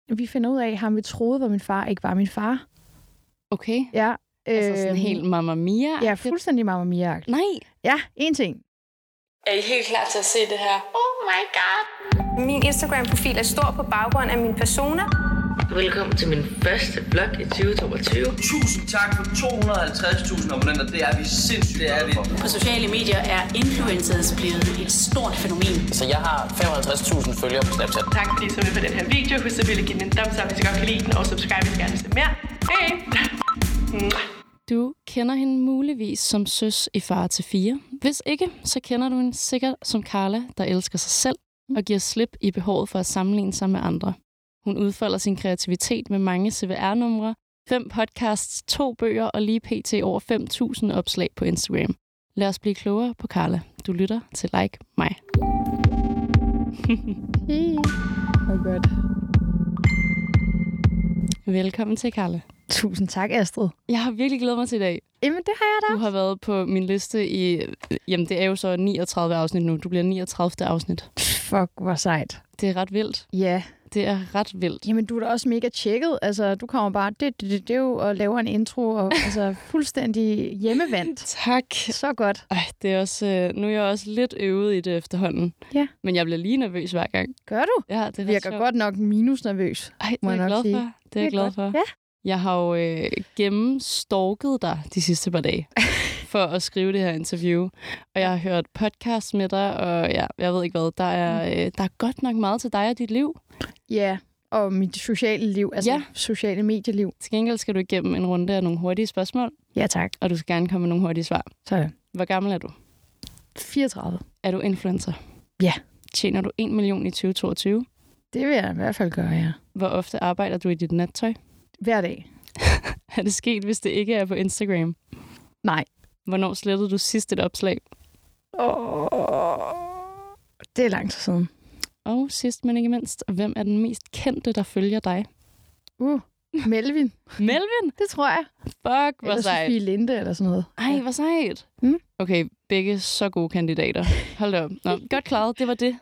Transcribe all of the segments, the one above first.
vi finder ud af, at ham vi troede var min far, ikke var min far. Okay. Ja. Altså sådan helt Mamma Mia? Ja, fuldstændig Mamma Mia. Nej. Ja, en ting. Er I helt klar til at se det her? Oh my god. Min Instagram-profil er stor på baggrund af min persona. Velkommen til min første vlog i 2022. Tusind tak for 250.000 abonnenter. Det er vi sindssygt. Det er vi. På sociale medier er influencers blevet et stort fænomen. Så jeg har 55.000 følgere på Snapchat. Tak fordi I så med på den her video. Husk selvfølgelig at give den en thumbs up, hvis I godt kan lide den. Og subscribe, hvis I gerne vil se mere. Hej! Du kender hende muligvis som søs i Far til 4. Hvis ikke, så kender du hende sikkert som Carla, der elsker sig selv og giver slip i behovet for at sammenligne sig med andre. Hun udfolder sin kreativitet med mange CVR-numre, 5 podcasts, 2 bøger og lige pt. Over 5.000 opslag på Instagram. Lad os blive klogere på Carla. Du lytter til Like mig. Oh godt. Velkommen til, Carla. Tusind tak, Astrid. Jeg har virkelig glædet mig til i dag. Jamen, det har jeg da. Du har været på min liste i... Jamen, det er jo så 39 afsnit nu. Du bliver 39. afsnit. Fuck, hvor sejt. Det er ret vildt. Ja. Det er ret vildt. Jamen, du er da også mega tjekket. Altså, du kommer bare det og laver en intro, og altså fuldstændig hjemmevandt. Tak. Så godt. Ej, det er også... nu er jeg også lidt øvet i det efterhånden. Ja. Men jeg bliver lige nervøs hver gang. Gør du? Ja, det er virker godt nok minusnervøs. Ej, det er jeg glad for. Det er jeg glad for. Ja. Jeg har jo gennemstalket dig de sidste par dage for at skrive det her interview. Og jeg har hørt podcast med dig, og ja, jeg ved ikke hvad. Der er godt nok meget til dig og dit liv. Ja, og mit sociale liv, altså sociale medieliv. Til gengæld skal du igennem en runde af nogle hurtige spørgsmål. Ja, tak. Og du skal gerne komme med nogle hurtige svar. Sådan. Hvor gammel er du? 34. Er du influencer? Ja. Tjener du 1 million i 2022? Det vil jeg i hvert fald gøre, ja. Hvor ofte arbejder du i dit nattøj? Hver dag. Er det sket, hvis det ikke er på Instagram? Nej. Hvornår slettede du sidst et opslag? Det er lang tid siden. Og sidst, men ikke mindst, hvem er den mest kendte, der følger dig? Melvin. Melvin? Det tror jeg. Fuck, hvor eller sejt. Sofie Linde eller sådan noget. Ej, hvor sejt. Okay, begge så gode kandidater. Hold da op. Nå, godt klaret, det var det.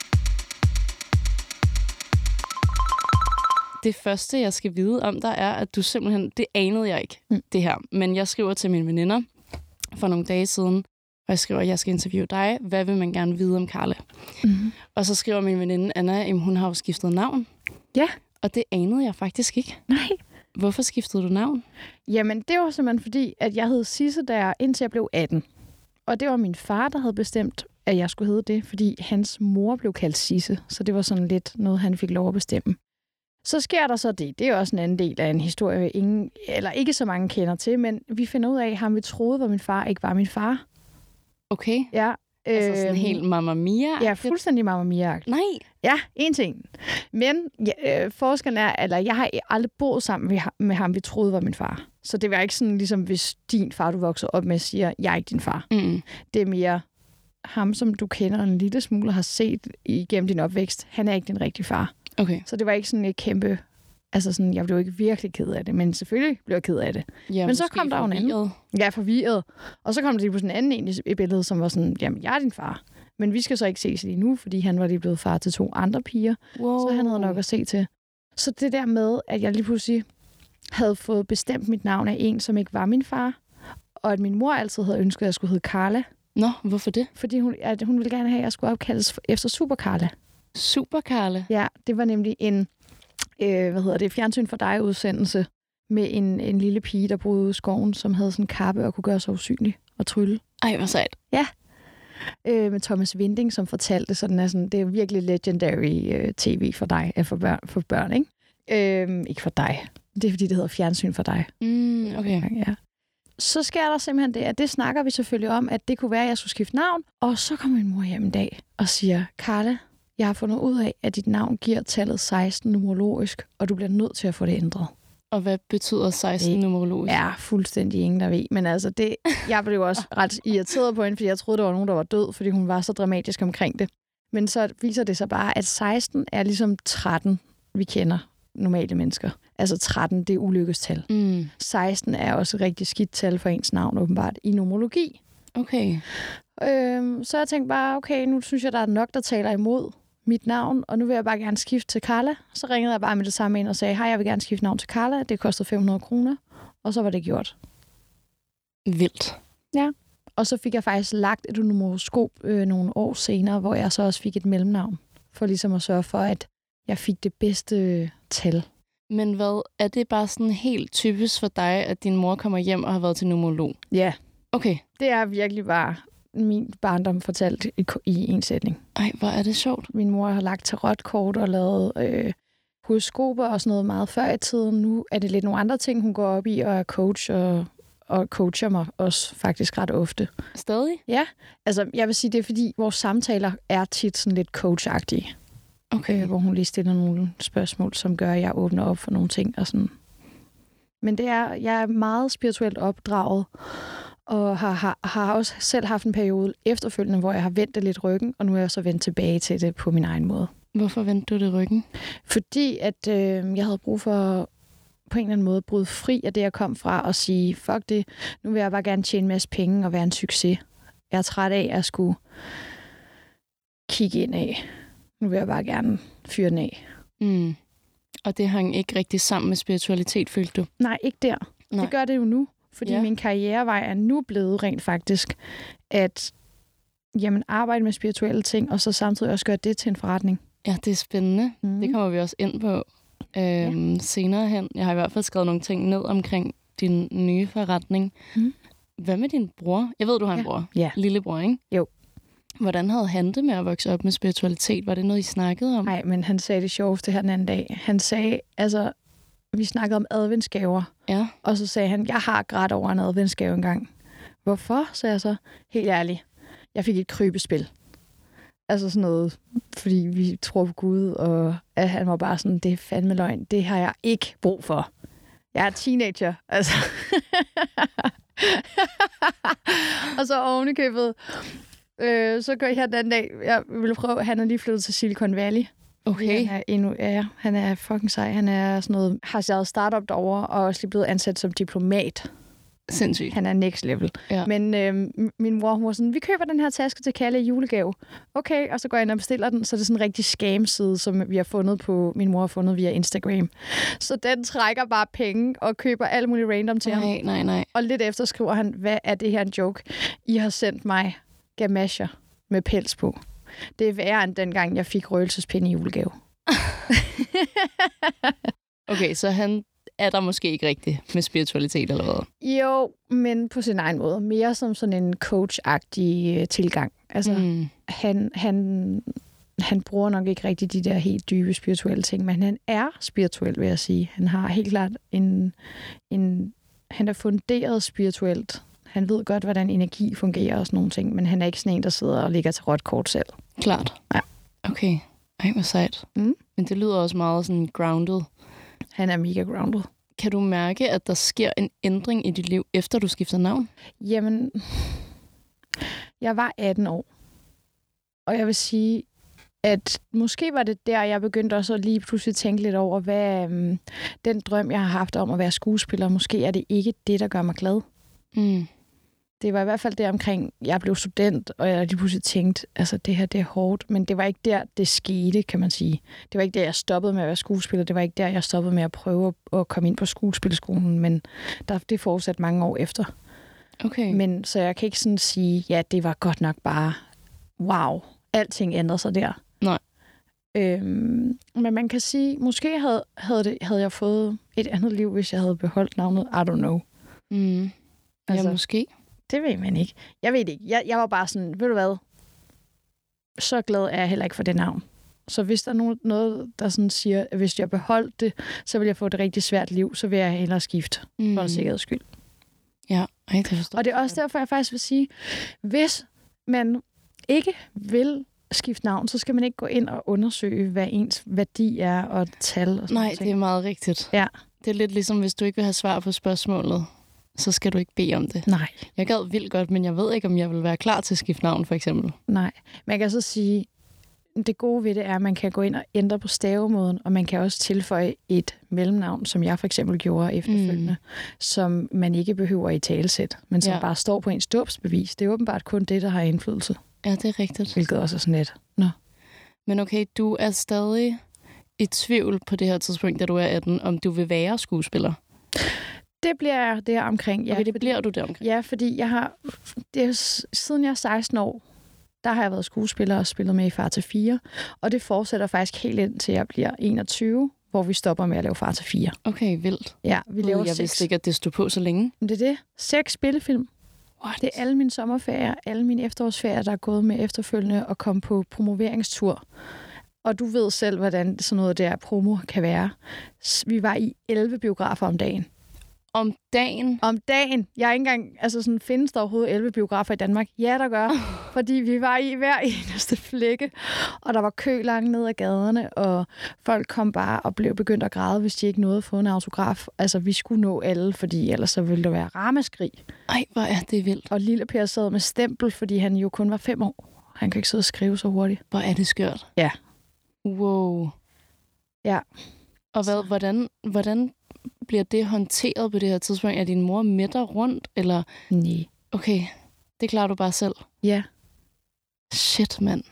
Det første, jeg skal vide om dig, er, at du simpelthen... Det anede jeg ikke, det her. Men jeg skriver til mine veninder for nogle dage siden, og jeg skriver, at jeg skal interviewe dig. Hvad vil man gerne vide om Carla? Mm-hmm. Og så skriver min veninde Anna, at hun har jo skiftet navn. Ja. Og det anede jeg faktisk ikke. Nej. Hvorfor skiftede du navn? Jamen, det var simpelthen fordi, at jeg hed Sisse, indtil jeg blev 18. Og det var min far, der havde bestemt, at jeg skulle hedde det, fordi hans mor blev kaldt Sisse. Så det var sådan lidt noget, han fik lov at bestemme. Så sker der så det. Det er også en anden del af en historie, ikke så mange kender til, men vi finder ud af, at ham vi troede var min far, ikke var min far. Okay. Ja. Altså sådan helt Mamma Mia? Ja, fuldstændig Mamma Mia. Nej. Ja, en ting. Men forskellen er, at jeg har aldrig boet sammen med ham, vi troede var min far. Så det var ikke sådan, ligesom hvis din far, du voksede op med, siger, jeg er ikke din far. Mm. Det er mere ham, som du kender en lille smule og har set igennem din opvækst. Han er ikke din rigtige far. Okay. Så det var ikke sådan et kæmpe... Altså sådan, jeg blev ikke virkelig ked af det, men selvfølgelig blev jeg ked af det. Ja, men så kom der jo en anden. Ja, forvirret. Og så kom der lige på sådan en anden i billedet, som var sådan, jamen, jeg er din far. Men vi skal så ikke ses lige nu, fordi han var lige blevet far til 2 andre piger. Wow. Så han havde nok at se til. Så det der med, at jeg lige pludselig havde fået bestemt mit navn af en, som ikke var min far, og at min mor altid havde ønsket, at jeg skulle hedde Carla. Nå, hvorfor det? Fordi hun ville gerne have, at jeg skulle opkaldes efter Super Carla. Super Carla? Ja, det var nemlig en... fjernsyn for dig udsendelse med en lille pige, der boede i skoven, som havde sådan en kappe og kunne gøre sig usynlig og trylle. Ej, hvor sejt. Ja. Med Thomas Winding, som fortalte, så det er virkelig legendary tv for dig, for børn, ikke? Ikke for dig. Det er, fordi det hedder fjernsyn for dig. Okay. Ja. Så sker der simpelthen det, at det snakker vi selvfølgelig om, at det kunne være, at jeg skulle skifte navn. Og så kommer min mor hjem en dag og siger, Carla, jeg har fundet ud af, at dit navn giver tallet 16 numerologisk, og du bliver nødt til at få det ændret. Og hvad betyder 16 numerologisk? Ja, fuldstændig ingen, der ved. Men altså, jeg blev også ret irriteret på hende, fordi jeg troede, der var nogen, der var død, fordi hun var så dramatisk omkring det. Men så viser det sig bare, at 16 er ligesom 13, vi kender normale mennesker. Altså 13, det er ulykkestal. 16 er også et rigtig skidt tal for ens navn, åbenbart, i numerologi. Okay. Så jeg tænkte bare, okay, nu synes jeg, der er nok, der taler imod mit navn, og nu vil jeg bare gerne skifte til Carla. Så ringede jeg bare med det samme ind og sagde, hej, jeg vil gerne skifte navn til Carla. Det kostede 500 kroner, og så var det gjort. Vildt. Ja, og så fik jeg faktisk lagt et numeroskop nogle år senere, hvor jeg så også fik et mellemnavn, for ligesom at sørge for, at jeg fik det bedste tal. Men hvad, er det bare sådan helt typisk for dig, at din mor kommer hjem og har været til numerolog? Ja. Okay. Det er virkelig bare min barndom fortalt i en sætning. Ej, hvor er det sjovt. Min mor har lagt tarotkort og lavet horoskoper og sådan noget meget før i tiden. Nu er det lidt nogle andre ting, hun går op i, og er coach og coacher mig også faktisk ret ofte. Stadig? Ja. Altså, jeg vil sige, det er fordi, vores samtaler er tit sådan lidt coachagtige. Okay. Hvor hun lige stiller nogle spørgsmål, som gør, at jeg åbner op for nogle ting og sådan. Men jeg er meget spirituelt opdraget, og har også selv haft en periode efterfølgende, hvor jeg har vendt det lidt ryggen, og nu er jeg så vendt tilbage til det på min egen måde. Hvorfor vendte du det ryggen? Fordi at jeg havde brug for på en eller anden måde bryde fri af det, jeg kom fra, og sige, fuck det, nu vil jeg bare gerne tjene en masse penge og være en succes. Jeg er træt af, at jeg skulle kigge ind af. Nu vil jeg bare gerne fyre den af. Mm. Og det hang ikke rigtig sammen med spiritualitet, følte du? Nej, ikke der. Nej. Det gør det jo nu. Fordi min karrierevej er nu blevet rent faktisk, at arbejde med spirituelle ting, og så samtidig også gøre det til en forretning. Ja, det er spændende. Mm. Det kommer vi også ind på senere hen. Jeg har i hvert fald skrevet nogle ting ned omkring din nye forretning. Mm. Hvad med din bror? Jeg ved, du har en bror. Ja. Lillebror, ikke? Jo. Hvordan havde han det med at vokse op med spiritualitet? Var det noget, I snakkede om? Nej, men han sagde det sjoveste her den anden dag. Han sagde, vi snakkede om adventsgaver. Ja. Og så sagde han, jeg har grædt over en adventsgave engang. Hvorfor? Sagde jeg så. Helt ærligt. Jeg fik et krybespil. Altså sådan noget, fordi vi tror på Gud, og at han var bare sådan, det er fandme løgn. Det har jeg ikke brug for. Jeg er teenager, altså. Og så ovenikøbet, så går jeg her den anden dag, jeg ville prøve, han er lige flyttet til Silicon Valley. Okay. Han er fucking sej. Han er sådan noget, har sit startup derovre, og også lige blevet ansat som diplomat. Sindssygt. Han er next level. Ja. Men min mor, hun var sådan, vi køber den her taske til Kalle i julegave. Okay, og så går jeg ind og bestiller den, så det er sådan en rigtig scam-side, som min mor har fundet via Instagram. Så den trækker bare penge og køber alt muligt random til ham. Nej. Og lidt efter skriver han, hvad er det her en joke? I har sendt mig gamasher med pels på. Det er værre end dengang, jeg fik røgelsespinde i julegave. Okay, så han er der måske ikke rigtigt med spiritualitet eller hvad? Jo, men på sin egen måde. Mere som sådan en coach-agtig tilgang. Altså, han bruger nok ikke rigtig de der helt dybe spirituelle ting, men han er spirituel, vil jeg sige. Han har helt klart han er funderet spirituelt. Han ved godt, hvordan energi fungerer og sådan nogle ting, men han er ikke sådan en, der sidder og ligger til rødt kort selv. Klart. Ja. Okay. Ej, hvor sejt. Mm. Men det lyder også meget sådan grounded. Han er mega grounded. Kan du mærke, at der sker en ændring i dit liv, efter du skifter navn? Jamen, jeg var 18 år. Og jeg vil sige, at måske var det der, jeg begyndte også at lige pludselig tænke lidt over, hvad den drøm, jeg har haft om at være skuespiller, måske er det ikke det, der gør mig glad. Mm. Det var i hvert fald der omkring, jeg blev student, og jeg lige pludselig tænkte, altså det her, det er hårdt, men det var ikke der, det skete, kan man sige. Det var ikke der, jeg stoppede med at være skuespiller, det var ikke der, jeg stoppede med at prøve at komme ind på skuespillerskolen, men det fortsatte mange år efter. Okay. Men så jeg kan ikke sådan sige, ja, det var godt nok bare, wow, alting ændrede sig der. Nej. Men man kan sige, måske havde jeg fået et andet liv, hvis jeg havde beholdt navnet, I don't know. Mm. Altså, ja, måske. Det ved man ikke. Jeg ved det ikke. Jeg var bare sådan, ved du hvad? Så glad er jeg heller ikke for det navn. Så hvis der er noget, der sådan siger, at hvis jeg beholdt det, så vil jeg få et rigtig svært liv, så vil jeg hellere skifte for en sikkerheds skyld. Ja, det forstår. Og det er også derfor, jeg faktisk vil sige, hvis man ikke vil skifte navn, så skal man ikke gå ind og undersøge, hvad ens værdi er og tal. Og nej, det er meget rigtigt. Ja. Det er lidt ligesom, hvis du ikke vil have svar på spørgsmålet, så skal du ikke bede om det. Nej. Jeg gad vildt godt, men jeg ved ikke, om jeg vil være klar til at skifte navn, for eksempel. Nej. Man kan så sige, det gode ved det er, at man kan gå ind og ændre på stavemåden, og man kan også tilføje et mellemnavn, som jeg for eksempel gjorde efterfølgende, som man ikke behøver i talesæt, men som bare står på ens dåbsbevis. Det er åbenbart kun det, der har indflydelse. Ja, det er rigtigt. Hvilket også er sådan lidt. Nå. Men okay, du er stadig i tvivl på det her tidspunkt, da du er 18, om du vil være skuespiller. Det bliver jeg der omkring, ja. Okay, det bliver du der omkring. Ja, fordi siden jeg er 16 år, der har jeg været skuespiller og spillet med i Far til 4. Og det fortsætter faktisk helt ind til jeg bliver 21, hvor vi stopper med at lave Far til 4. Okay, vildt. Ja, vi laver 6. Jeg vidste ikke, at det stod på så længe. Det er det. 6 spillefilm. What? Det er alle mine sommerferier, alle mine efterårsferier, der er gået med efterfølgende og komme på promoveringstur. Og du ved selv, hvordan sådan noget der promo kan være. Vi var i 11 biografer om dagen. Om dagen? Om dagen. Jeg er ikke engang... Altså, sådan, findes der overhovedet 11 biografer i Danmark? Ja, der gør. Fordi vi var i hver eneste flække. Og der var kø langt ned ad gaderne, og folk kom bare og blev begyndt at græde, hvis de ikke nåede at få en autograf. Altså, vi skulle nå alle, fordi ellers så ville der være ramaskrig. Ej, hvor er det vildt. Og lille Per sad med stempel, fordi han jo kun var 5 år. Han kan ikke sidde og skrive så hurtigt. Hvor er det skørt. Ja. Wow. Ja. Og hvordan bliver det håndteret på det her tidspunkt? Er din mor med dig rundt, eller? Nej. Okay, det klarer du bare selv? Ja. Shit, mand.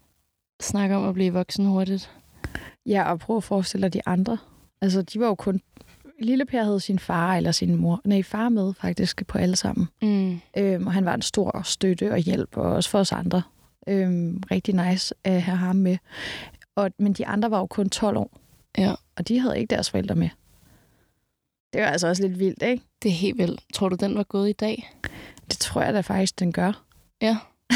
Snak om at blive voksen hurtigt. Ja, og prøv at forestille dig de andre. Altså, de var jo kun... Lille Per havde sin far eller sin mor. Nej, far med faktisk på alle sammen. Og han var en stor støtte og hjælp, og også for os andre. Rigtig nice at have ham med. Men de andre var jo kun 12 år. Ja. Og de havde ikke deres forældre med. Det var altså også lidt vildt, ikke? Det er helt vildt. Tror du, den var gået i dag? Det tror jeg da faktisk, den gør. Ja.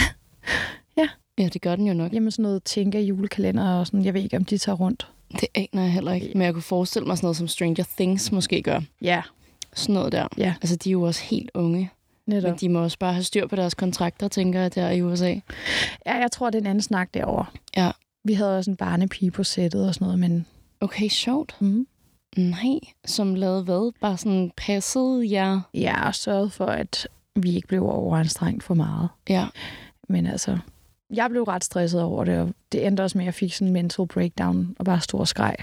Ja. Ja, det gør den jo nok. Jamen sådan noget tænker julekalender og sådan. Jeg ved ikke, om de tager rundt. Det aner jeg heller ikke. Men jeg kunne forestille mig sådan noget, som Stranger Things måske gør. Ja. Sådan noget der. Ja. Altså, de er jo også helt unge. Netop. Men de må også bare have styr på deres kontrakter, tænker jeg, der i USA. Ja, jeg tror, det er en anden snak derovre. Ja. Vi havde også en barnepige på sættet og sådan noget, men... Okay, sjovt. Mm. Nej, som lavede hvad? Bare sådan passede jer? Ja, og sørgede for, at vi ikke blev overanstrengt for meget. Ja. Men altså, jeg blev ret stresset over det, og det endte også med, at jeg fik sådan en mental breakdown og bare stor skreg.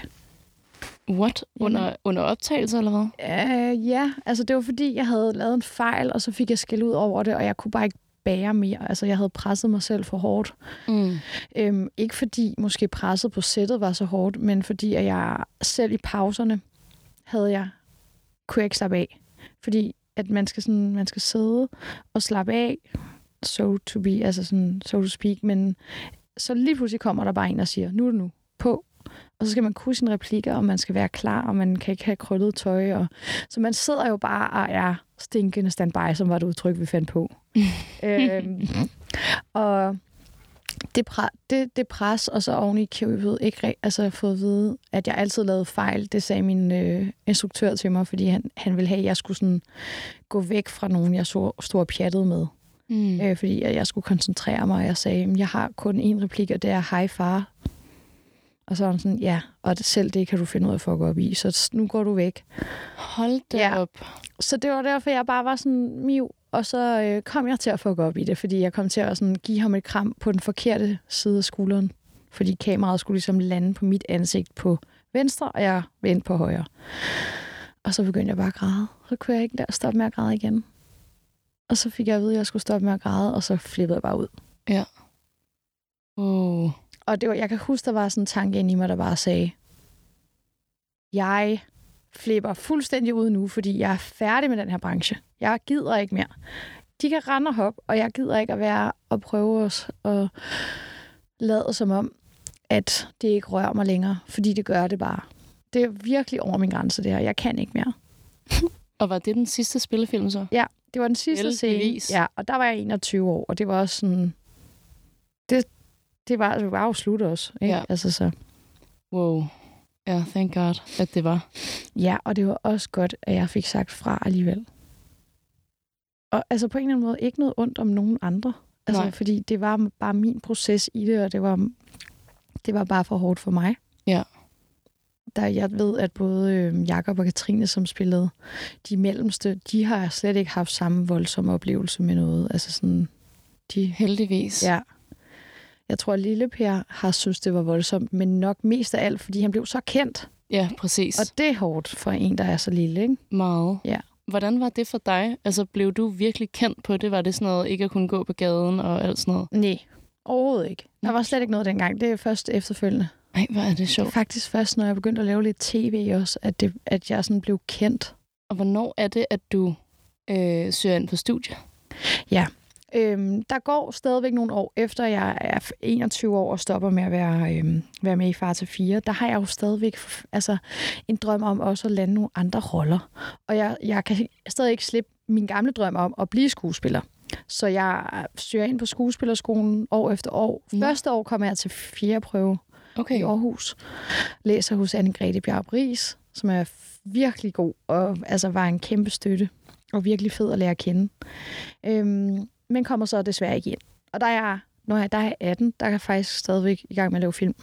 What? Under optagelse, eller hvad? Ja, altså det var fordi, jeg havde lavet en fejl, og så fik jeg skæld ud over det, og jeg kunne bare ikke bære mere. Altså, jeg havde presset mig selv for hårdt. Ikke fordi måske presset på sættet var så hårdt, men fordi at jeg selv i pauserne kunne jeg ikke slappe af. Fordi at man skal sidde og slappe af, so to speak, men så lige pludselig kommer der bare en og siger, nu er det nu, på. Og så skal man kunne sine replikker, og man skal være klar, og man kan ikke have krøllet tøj. Så man sidder jo bare og er stinkende standby, som var det udtryk, vi fandt på. Og det pres, og så oven i købet, ikke fået at vide, at jeg altid lavede fejl. Det sagde min instruktør til mig, fordi han ville have, at jeg skulle sådan gå væk fra nogen, jeg stod og pjattede med. Fordi jeg skulle koncentrere mig, og jeg sagde, at jeg har kun én replik, og det er hej far. Og så var han sådan, ja, og selv det kan du finde ud af at fuck op i, så nu går du væk. Hold da op. Så det var derfor, jeg bare var sådan miv, og så kom jeg til at fuck op i det, fordi jeg kom til at sådan give ham et kram på den forkerte side af skulderen, fordi kameraet skulle ligesom lande på mit ansigt på venstre, og jeg vendte på højre. Og så begyndte jeg bare at græde. Så kunne jeg ikke stoppe med at græde igen. Og så fik jeg at vide, at jeg skulle stoppe med at græde, og så flippede jeg bare ud. Ja. Og jeg kan huske, der var sådan en tanke inde i mig, der bare sagde, jeg flipper fuldstændig ud nu, fordi jeg er færdig med den her branche. Jeg gider ikke mere. De kan rende og hoppe, og jeg gider ikke at være og prøve os og lade som om, at det ikke rører mig længere, fordi det gør det bare. Det er virkelig over min grænse, det her. Jeg kan ikke mere. Og var det den sidste spillefilm så? Ja, det var den sidste scene. Ja, og der var jeg 21 år, og det var også sådan... Det var jo slut også, ikke? Ja. Altså så. Wow. Ja, thank God, at det var. Ja, og det var også godt, at jeg fik sagt fra alligevel. Og altså på en eller anden måde ikke noget ondt om nogen andre. Altså, fordi det var bare min proces i det, og det var bare for hårdt for mig. Ja. Jeg ved, at både Jakob og Katrine, som spillede de mellemste, de har slet ikke haft samme voldsomme oplevelse med noget. Altså sådan... Heldigvis. Ja. Jeg tror, at Lille Per har synes, det var voldsomt, men nok mest af alt, fordi han blev så kendt. Ja, præcis. Og det er hårdt for en, der er så lille, ikke? Meget. Ja. Hvordan var det for dig? Altså, blev du virkelig kendt på det? Var det sådan noget, ikke at kunne gå på gaden og alt sådan noget? Nej, Overhovedet ikke. Der var slet ikke noget dengang. Det er først efterfølgende. Ej, hvor er det sjovt. Det er faktisk først, når jeg begyndte at lave lidt tv også, at jeg sådan blev kendt. Og hvornår er det, at du søger ind på studie? Ja, der går stadigvæk nogle år efter, jeg er 21 år og stopper med at være med i Far til 4. Der har jeg jo stadigvæk en drøm om også at lande nogle andre roller. Og jeg kan stadig ikke slippe min gamle drøm om at blive skuespiller. Så jeg søger ind på skuespillerskolen år efter år. Første år kommer jeg til 4. prøve i Aarhus. Læser hos Anne-Grethe Bjarup Riis, som er virkelig god og var en kæmpe støtte og virkelig fed at lære at kende. Men kommer så desværre ikke ind. Og når jeg er 18, der er jeg faktisk stadigvæk i gang med at lave film.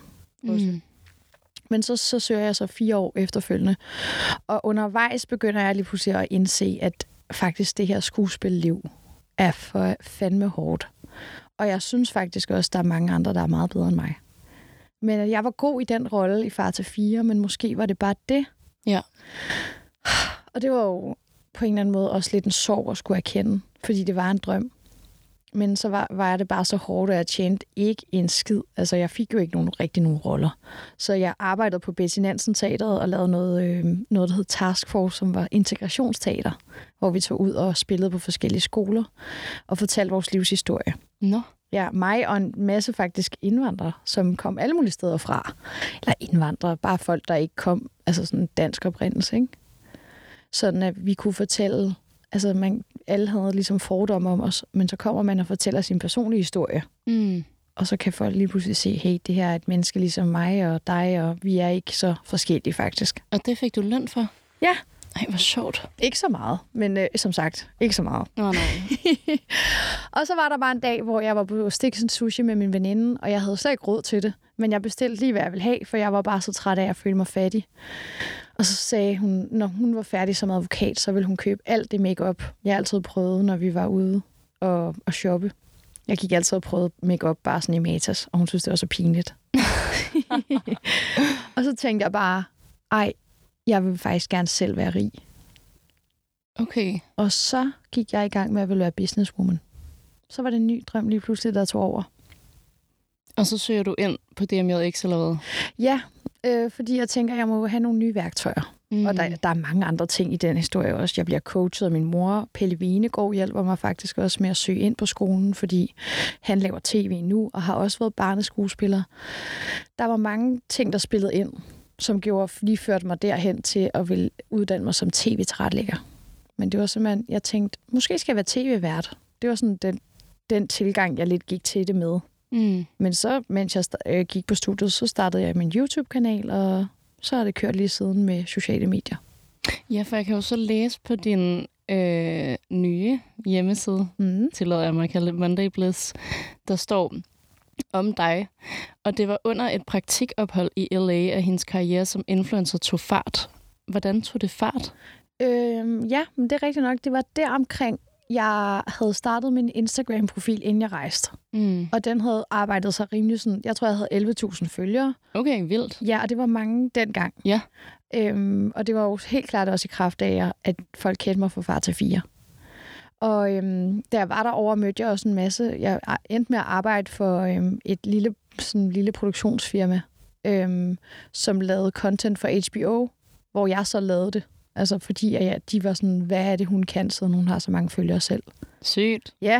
Men så søger jeg så 4 år efterfølgende. Og undervejs begynder jeg lige pludselig at indse, at faktisk det her skuespilliv er for fandme hårdt. Og jeg synes faktisk også, at der er mange andre, der er meget bedre end mig. Men jeg var god i den rolle i Far til 4, men måske var det bare det. Ja. Og det var jo på en eller anden måde også lidt en sorg at skulle erkende, fordi det var en drøm. Men så var det bare så hårdt, at jeg tjente ikke en skid. Altså, jeg fik jo ikke nogen roller. Så jeg arbejdede på Betty Nansen Teatret og lavede noget, der hed Task Force, som var integrationsteater, hvor vi tog ud og spillede på forskellige skoler og fortalte vores livshistorie. Nå. Ja, mig og en masse faktisk indvandrere, som kom alle mulige steder fra. Eller indvandrere, bare folk, der ikke kom, sådan dansk oprindelse, ikke? Sådan at vi kunne fortælle, alle havde ligesom fordomme om os, men så kommer man og fortæller sin personlige historie. Og så kan folk lige pludselig se, hey, det her er et menneske ligesom mig og dig, og vi er ikke så forskellige faktisk. Og det fik du løn for? Ja. Ej, hvor sjovt. Ikke så meget, men som sagt, ikke så meget. Nej. Og så var der bare en dag, hvor jeg var på Stiksen Sushi med min veninde, og jeg havde slet ikke råd til det, men jeg bestilte lige, hvad jeg ville have, for jeg var bare så træt af at føle mig fattig. Og så sagde hun, når hun var færdig som advokat, så ville hun købe alt det makeup, jeg altid prøvede, når vi var ude og shoppe. Jeg gik altid og prøvede makeup bare sådan i Matas, og hun synes, det var så pinligt. Og så tænkte jeg bare, jeg vil faktisk gerne selv være rig. Okay. Og så gik jeg i gang med at ville være businesswoman. Så var det en ny drøm lige pludselig, der tog over. Og så søger du ind på DMJX eller hvad? Ja, fordi jeg tænker, at jeg må have nogle nye værktøjer. Og der er mange andre ting i den historie også. Jeg bliver coachet af min mor. Pelle Venegård hjælper mig faktisk også med at søge ind på skolen, fordi han laver tv nu, og har også været barneskuespiller. Der var mange ting, der spillede ind, som lige førte mig derhen til at ville uddanne mig som tv-tilrettelægger. Men det var simpelthen, jeg tænkte, måske skal jeg være tv-vært. Det var sådan den tilgang, jeg lidt gik til det med. Men så, mens jeg gik på studiet, så startede jeg min YouTube-kanal, og så har det kørt lige siden med sociale medier. Ja, for jeg kan jo så læse på din nye hjemmeside, tillader jeg mig at kalde det Monday Bliss, der står om dig, og det var under et praktikophold i LA, at hendes karriere som influencer tog fart. Hvordan tog det fart? Ja, men det er rigtigt nok. Det var deromkring, jeg havde startet min Instagram-profil, inden jeg rejste. Og den havde arbejdet sig rimelig sådan, jeg tror, jeg havde 11.000 følgere. Okay, vildt. Ja, og det var mange dengang. Ja. Og det var jo helt klart også i kraft af, at folk kendte mig fra Far til 4. Og da jeg var derovre, mødte jeg også en masse. Jeg endte med at arbejde for et lille produktionsfirma, som lavede content for HBO, hvor jeg så lavede det. Altså fordi de var sådan, hvad er det, hun kan, siden hun har så mange følgere selv. Sygt. Ja.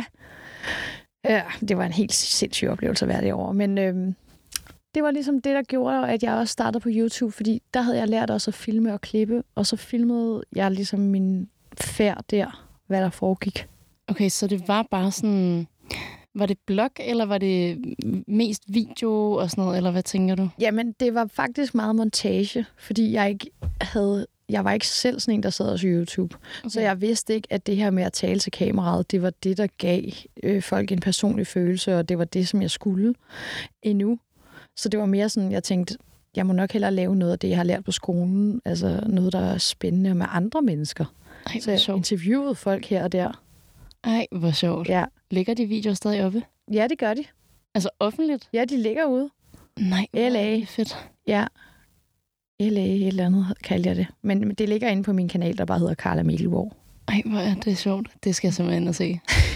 Det var en helt sindssyg oplevelse at være derovre. Men det var ligesom det, der gjorde, at jeg også startede på YouTube, fordi der havde jeg lært også at filme og klippe, og så filmede jeg ligesom min færd der, hvad der foregik. Okay, så det var bare sådan... Var det blog, eller var det mest video og sådan noget, eller hvad tænker du? Jamen, det var faktisk meget montage, fordi jeg var ikke selv sådan en, der sad og så YouTube. Okay. Så jeg vidste ikke, at det her med at tale til kameraet, det var det, der gav folk en personlig følelse, og det var det, som jeg skulle endnu. Så det var mere sådan, jeg tænkte, jeg må nok hellere lave noget af det, jeg har lært på skolen. Altså noget, der er spændende med andre mennesker. Ej, så jeg interviewede folk her og der. Ej, hvor sjovt. Ja. Ligger de videoer stadig oppe? Ja, det gør de. Altså offentligt? Ja, de ligger ude. Nej, LA. Fedt. Ja. LA, et eller andet kalder jeg det. Men det ligger inde på min kanal, der bare hedder Carla Mikkelborg. Ej, hvor er det sjovt. Det skal jeg simpelthen ind og se.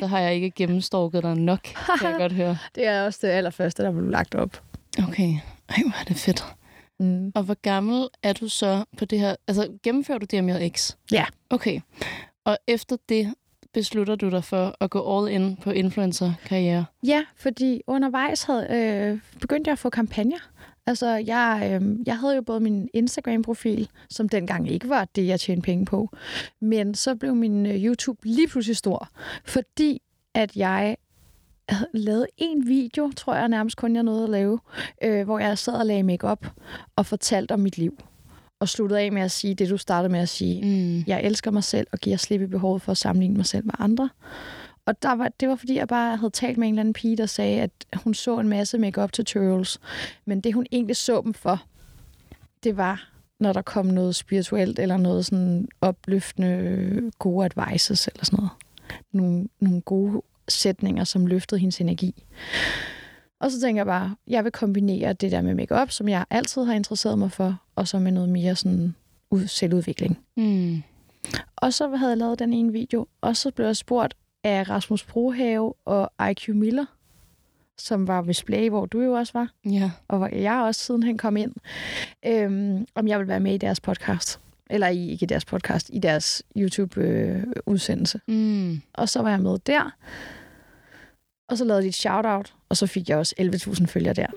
Så har jeg ikke gennemstorket dig nok, kan jeg godt høre. Det er også det allerførste, der blev lagt op. Okay. Ej, hvor er det fedt. Mm. Og hvor gammel er du så på det her? Altså, gennemfører du DMJX? Ja. Okay. Og efter det beslutter du dig for at gå all in på influencer-karriere? Ja, fordi undervejs begyndte jeg at få kampagner. Altså, jeg havde jo både min Instagram-profil, som dengang ikke var det, jeg tjente penge på, men så blev min YouTube lige pludselig stor, fordi at jeg havde lavet en video, tror jeg nærmest kun jeg nåede at lave, hvor jeg sad og lagde make-up og fortalte om mit liv. Og sluttede af med at sige det, du startede med at sige. Jeg elsker mig selv og giver slip i behovet for at sammenligne mig selv med andre. Og det var, fordi jeg bare havde talt med en eller anden pige, der sagde, at hun så en masse make-up tutorials. Men det, hun egentlig så dem for, det var, når der kom noget spirituelt, eller noget sådan opløftende gode advices, eller sådan noget. Nogle gode sætninger, som løftede hendes energi. Og så tænker jeg bare, jeg vil kombinere det der med make-up, som jeg altid har interesseret mig for, og så med noget mere sådan selvudvikling. Og så havde jeg lavet den ene video, og så blev jeg spurgt af Rasmus Brohave og IQ Miller, som var ved Splay, hvor du jo også var, og hvor jeg også sidenhen kom ind, om jeg ville være med i deres podcast. Eller ikke i deres podcast, i deres YouTube-udsendelse. Og så var jeg med der. Og så lavede de et shout-out, og så fik jeg også 11.000 følgere der.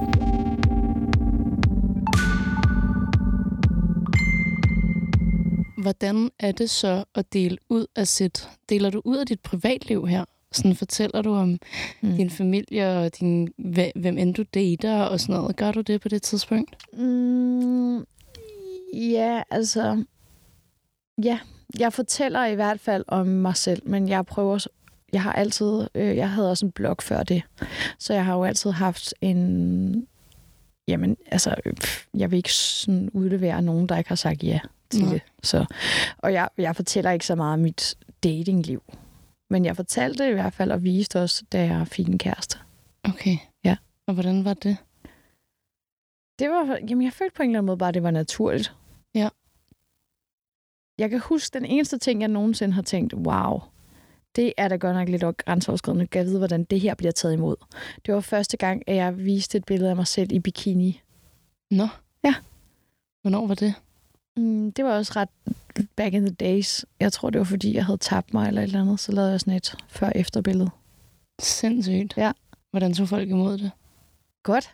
Hvordan er det så at dele ud af deler du ud af dit privatliv her? Sådan fortæller du om din familie og hvem end du dater og sådan noget. Gør du det på det tidspunkt? Ja, altså... Ja, jeg fortæller i hvert fald om mig selv, men jeg prøver... Jeg havde også en blog før det, så jeg har jo altid haft en... Jamen, altså, jeg vil ikke sådan udlevere nogen, der ikke har sagt ja til det. Så, og jeg fortæller ikke så meget om mit datingliv. Men jeg fortalte det i hvert fald, og viste også, da jeg fik en kæreste. Okay. Ja. Og hvordan var det? Jamen, jeg følte på en eller anden måde bare, at det var naturligt. Ja. Jeg kan huske den eneste ting, jeg nogensinde har tænkt, wow, det er da godt nok lidt grænseoverskridende. Jeg vide, hvordan det her bliver taget imod. Det var første gang, at jeg viste et billede af mig selv i bikini. Nå? Ja. Hvornår var det? Det var også ret back in the days. Jeg tror, det var, fordi jeg havde tabt mig eller et eller andet. Så lavede jeg sådan et før-efter-billede. Sindssygt. Ja. Hvordan tog folk imod det? Godt.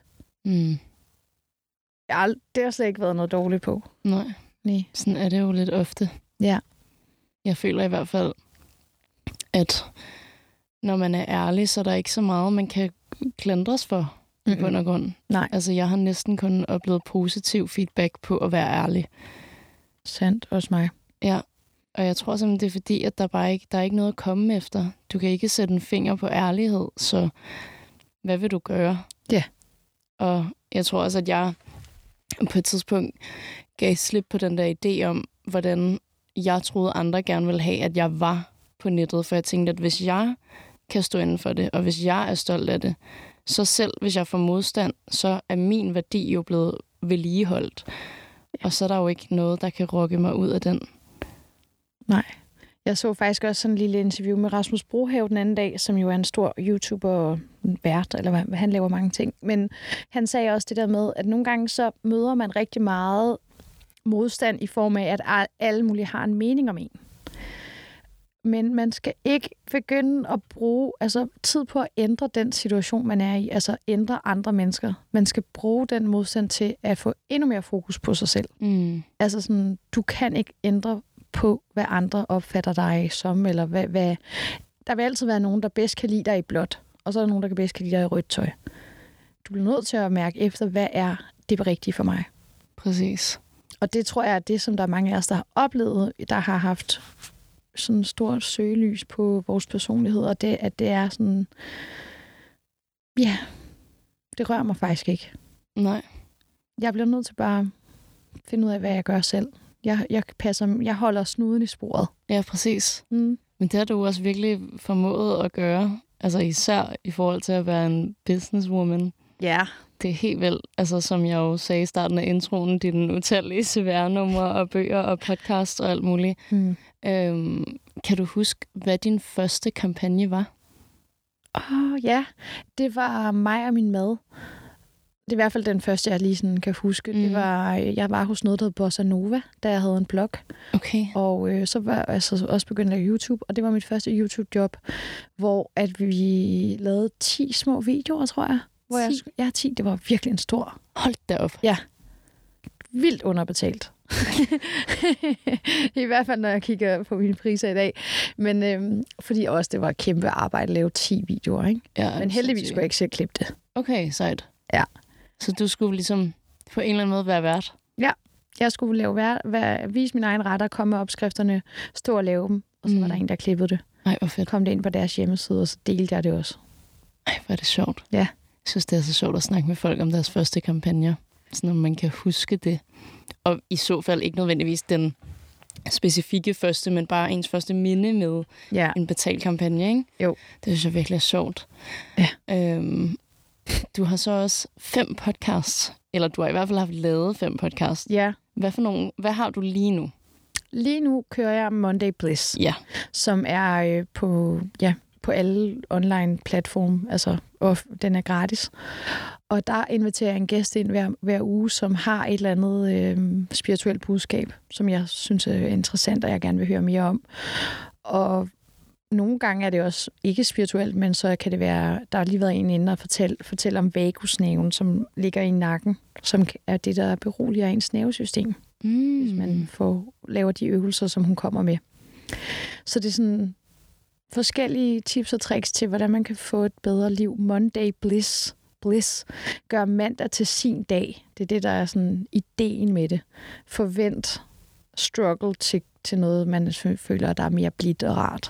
Det har slet ikke været noget dårligt på. Nej. Sådan er det jo lidt ofte. Ja. Jeg føler i hvert fald, at når man er ærlig, så er der ikke så meget, man kan klandres for i bund og grund. Nej. Altså, jeg har næsten kun oplevet positiv feedback på at være ærlig. Sandt, også mig. Ja, og jeg tror simpelthen, det er fordi, at der er ikke noget at komme efter. Du kan ikke sætte en finger på ærlighed, så hvad vil du gøre? Ja. Og jeg tror også, at jeg på et tidspunkt gav slip på den der idé om, hvordan jeg troede, andre gerne ville have, at jeg var på nettet. For jeg tænkte, at hvis jeg kan stå inden for det, og hvis jeg er stolt af det, så selv hvis jeg får modstand, så er min værdi jo blevet vedligeholdt. Og så er der jo ikke noget, der kan rokke mig ud af den. Nej. Jeg så faktisk også sådan en lille interview med Rasmus Brohave den anden dag, som jo er en stor YouTuber og vært, eller hvad, han laver mange ting. Men han sagde også det der med, at nogle gange så møder man rigtig meget modstand i form af, at alle mulige har en mening om en. Men man skal ikke begynde at bruge tid på at ændre den situation, man er i. Altså ændre andre mennesker. Man skal bruge den modstand til at få endnu mere fokus på sig selv. Altså sådan, du kan ikke ændre på, hvad andre opfatter dig som, eller hvad. Der vil altid være nogen, der bedst kan lide dig i blåt, og så er der nogen, der bedst kan lide dig i rødt tøj. Du bliver nødt til at mærke efter, hvad er det rigtige for mig. Præcis. Og det tror jeg er det, som der er mange af os, der har oplevet, der har haft sådan et stort søgelys på vores personlighed, og det, at det er sådan, ja, det rører mig faktisk ikke. Nej. Jeg bliver nødt til bare at finde ud af, hvad jeg gør selv. Jeg holder snuden i sporet. Ja, præcis. Men det har du også virkelig formået at gøre, altså især i forhold til at være en businesswoman. Ja. Det er helt vildt, altså som jeg jo sagde i starten af introen, dine utallige CVR-numre og bøger og podcast og alt muligt. Kan du huske, hvad din første kampagne var? Ja, det var mig og min mad. Det er i hvert fald den første, jeg lige sådan kan huske. Det var, jeg var hos noget, der hed Bossa Nova, da jeg havde en blog. Okay. Og så var jeg altså også begyndt at lave YouTube, og det var mit første YouTube-job, hvor at vi lavede 10 små videoer, tror jeg. 10? Det var virkelig en stor. Hold da op. Ja. Vildt underbetalt. I hvert fald, når jeg kigger på mine priser i dag. Men fordi også det var et kæmpe arbejde at lave 10 videoer, ikke? Ja, men heldigvis skulle jeg ikke selv klippe det. Okay, sejt. Ja. Så du skulle ligesom på en eller anden måde være vært? Ja, jeg skulle vise mine egne retter, komme med opskrifterne, stå og lave dem, og så var der en, der klippede det. Ej, hvor fedt. Kom det ind på deres hjemmeside, og så delte jeg det også. Ej, hvor er det sjovt. Ja. Jeg synes, det er så sjovt at snakke med folk om deres første kampagner. Sådan, om man kan huske det. Og i så fald ikke nødvendigvis den specifikke første, men bare ens første minde med en betalt kampagne, ikke? Jo. Det synes jeg virkelig er sjovt. Ja. Du har så også 5 podcasts, eller du har i hvert fald haft lavet 5 podcasts. Ja. Hvad har du lige nu? Lige nu kører jeg Monday Bliss, som er på alle online platforme, altså, og den er gratis. Og der inviterer jeg en gæst ind hver uge, som har et eller andet spirituelt budskab, som jeg synes er interessant, og jeg gerne vil høre mere om. Og nogle gange er det også ikke spirituelt, men så kan det være, der har lige været en inde og fortælle om vagusnerven, som ligger i nakken, som er det, der beroliger ens nervesystem, hvis man laver de øvelser, som hun kommer med. Så det er sådan forskellige tips og tricks til, hvordan man kan få et bedre liv. Monday Bliss. Gør mandag til sin dag. Det er det, der er sådan ideen med det. Forvent struggle til noget, man føler, der er mere blidt og rart.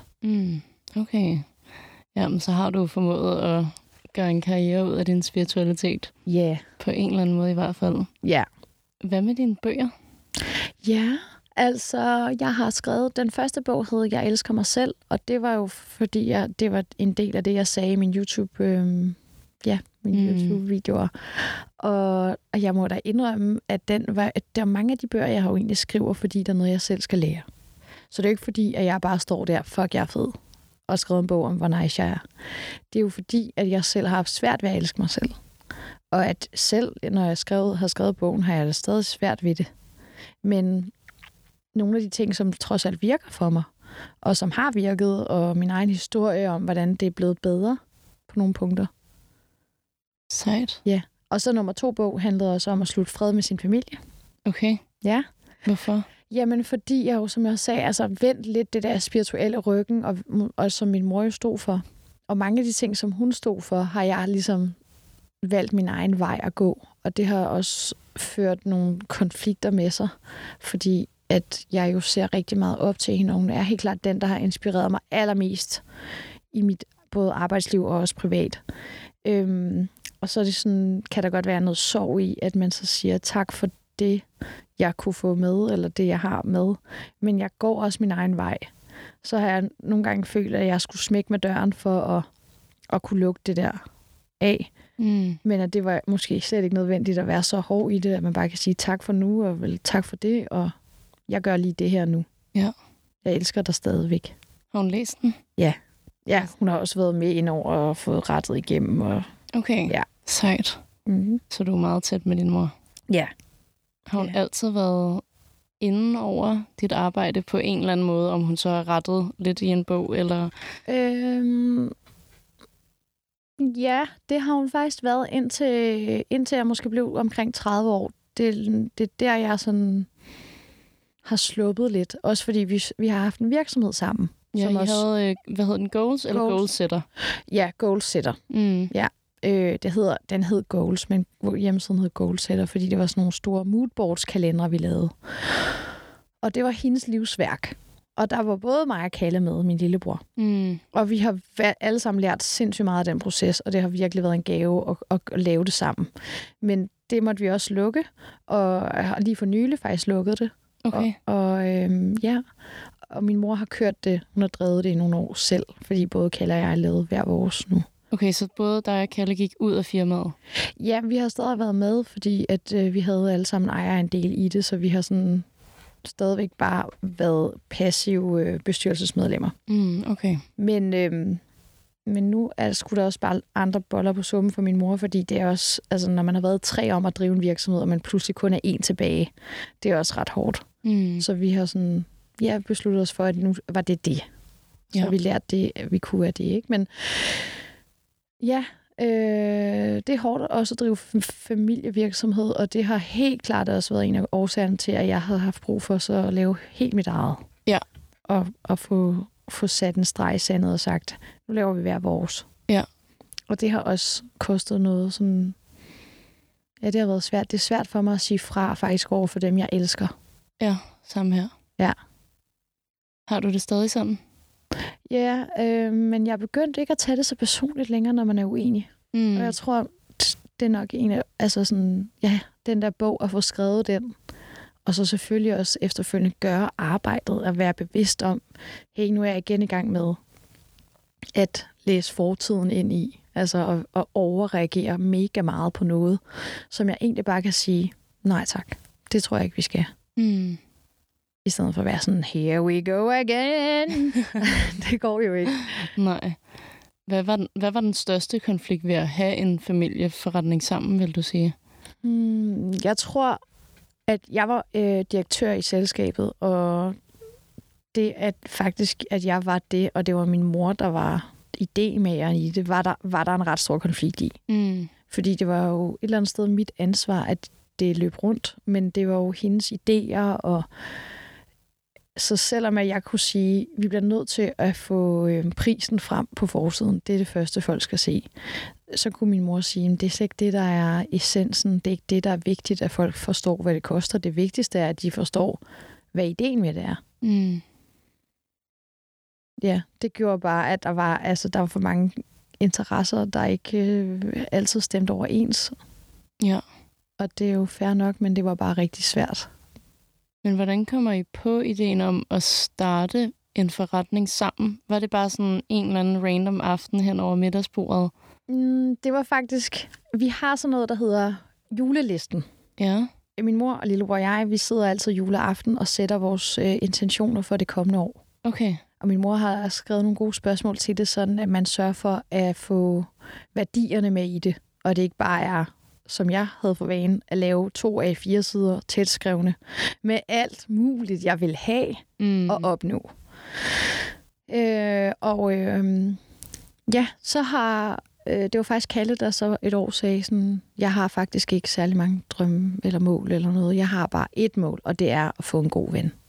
Okay. Jamen, så har du formået at gøre en karriere ud af din spiritualitet. Ja. Yeah. På en eller anden måde i hvert fald. Ja. Yeah. Hvad med dine bøger? Ja, altså, jeg har skrevet, den første bog hed Jeg elsker mig selv, og det var jo fordi, det var en del af det, jeg sagde i min YouTube, YouTube-videoer. Og jeg må da indrømme, at der er mange af de bøger, jeg har jo egentlig skriver, fordi der er noget, jeg selv skal lære. Så det er jo ikke fordi, at jeg bare står der, fuck, jeg er fed, og skrevet en bog om, hvor nice jeg er. Det er jo fordi, at jeg selv har haft svært ved at elske mig selv. Og at selv, når jeg har skrevet bogen, har jeg da stadig svært ved det. Men nogle af de ting, som trods alt virker for mig, og som har virket, og min egen historie om, hvordan det er blevet bedre på nogle punkter. Sejt. Ja. Og så nummer 2 bog handlede også om at slutte fred med sin familie. Okay. Ja. Hvorfor? Jamen, fordi jeg jo, som jeg sagde, altså vendt lidt det der spirituelle ryggen, og som min mor jo stod for. Og mange af de ting, som hun stod for, har jeg ligesom valgt min egen vej at gå. Og det har også ført nogle konflikter med sig, fordi at jeg jo ser rigtig meget op til hende, og hun er helt klart den, der har inspireret mig allermest i mit både arbejdsliv og også privat. Og så er det sådan, kan der godt være noget sorg i, at man så siger tak for det, jeg kunne få med, eller det, jeg har med. Men jeg går også min egen vej. Så har jeg nogle gange følt, at jeg skulle smække med døren for at kunne lukke det der af. Men at det var måske slet ikke nødvendigt at være så hård i det, at man bare kan sige tak for nu, og vel tak for det, og jeg gør lige det her nu. Ja. Jeg elsker dig stadigvæk. Har hun læst den? Ja. Ja, hun har også været med ind over og fået rettet igennem. Og okay, ja. Sejt. Mm-hmm. Så du er meget tæt med din mor? Ja. Har hun altid været inde over dit arbejde på en eller anden måde, om hun så har rettet lidt i en bog, eller? Ja, det har hun faktisk været indtil jeg måske blev omkring 30 år. Det er der, jeg sådan har sluppet lidt. Også fordi vi har haft en virksomhed sammen. Ja, som I også havde, hvad hed den? Goals eller Goalsetter? Ja, Goalsetter. Ja. Den hed Goals, men hjemmesiden hed Goalsetter, fordi det var sådan nogle store moodboards-kalendere, vi lavede. Og det var hendes livsværk. Og der var både mig og Kalle med, min lillebror. Og vi har alle sammen lært sindssygt meget af den proces, og det har virkelig været en gave at lave det sammen. Men det måtte vi også lukke, og lige for nylig faktisk lukket det. Okay. Og min mor har kørt det, hun har drevet det i nogle år selv, fordi både Kalle og jeg har lavet hver vores nu. Okay, så både dig og Kalle gik ud af firmaet? Ja, vi har stadig været med, fordi at vi havde alle sammen ejer en del i det, så vi har sådan stadigvæk bare været passive bestyrelsesmedlemmer. Okay. Men nu skulle der også bare andre boller på summen for min mor, fordi det er også, altså når man har været 3 om at drive en virksomhed, og man pludselig kun er 1 tilbage, det er også ret hårdt. Så vi har sådan, besluttet os for, at nu var det. Så vi lærte det, at vi kunne af det, ikke? Men det er hårdt også at drive familievirksomhed, og det har helt klart også været en af årsagerne til, at jeg havde haft brug for så at lave helt mit eget. Ja. Og få sat en streg i sandet og sagt, nu laver vi hver vores. Ja. Og det har også kostet noget sådan... Ja, det har været svært. Det er svært for mig at sige fra faktisk over for dem, jeg elsker. Ja, samme her. Ja. Har du det stadig sådan? Ja, men jeg begyndte ikke at tage det så personligt længere, når man er uenig. Og jeg tror, det er nok en af... Altså sådan, den der bog, at få skrevet den. Og så selvfølgelig også efterfølgende gøre arbejdet, at være bevidst om, hey, nu er jeg igen i gang med at læse fortiden ind i. Altså at overreagere mega meget på noget, som jeg egentlig bare kan sige, nej tak, det tror jeg ikke, vi skal. I stedet for at være sådan, here we go again. Det går jo ikke. Nej. Hvad var den største konflikt ved at have en familieforretning sammen, vil du sige? Jeg tror, at jeg var direktør i selskabet, og det at faktisk, at jeg var det, og det var min mor, der var idémageren i det, var der en ret stor konflikt i. Fordi det var jo et eller andet sted mit ansvar, at det løb rundt, men det var jo hendes idéer, og så selvom jeg kunne sige, at vi bliver nødt til at få prisen frem på forsiden, det er det første, folk skal se, så kunne min mor sige, at det er slet ikke det, der er essensen, det er ikke det, der er vigtigt, at folk forstår, hvad det koster. Det vigtigste er, at de forstår, hvad ideen med det er. Ja, det gjorde bare, at der var for mange interesser, der ikke altid stemte overens. Ja. Og det er jo fair nok, men det var bare rigtig svært. Men hvordan kommer I på ideen om at starte en forretning sammen? Var det bare sådan en eller anden random aften hen over middagsbordet? Det var faktisk... Vi har sådan noget, der hedder julelisten. Ja. Min mor og lillebror og jeg, vi sidder altid juleaften og sætter vores intentioner for det kommende år. Okay. Og min mor har skrevet nogle gode spørgsmål til det, sådan at man sørger for at få værdierne med i det. Og det ikke bare er, som jeg havde for vane, at lave 2 af 4 sider tætskrevne med alt muligt, jeg vil have og opnå. Så har... Det var faktisk Kalle, der så et år sagde sådan, jeg har faktisk ikke særlig mange drømme eller mål eller noget. Jeg har bare et mål, og det er at få en god ven.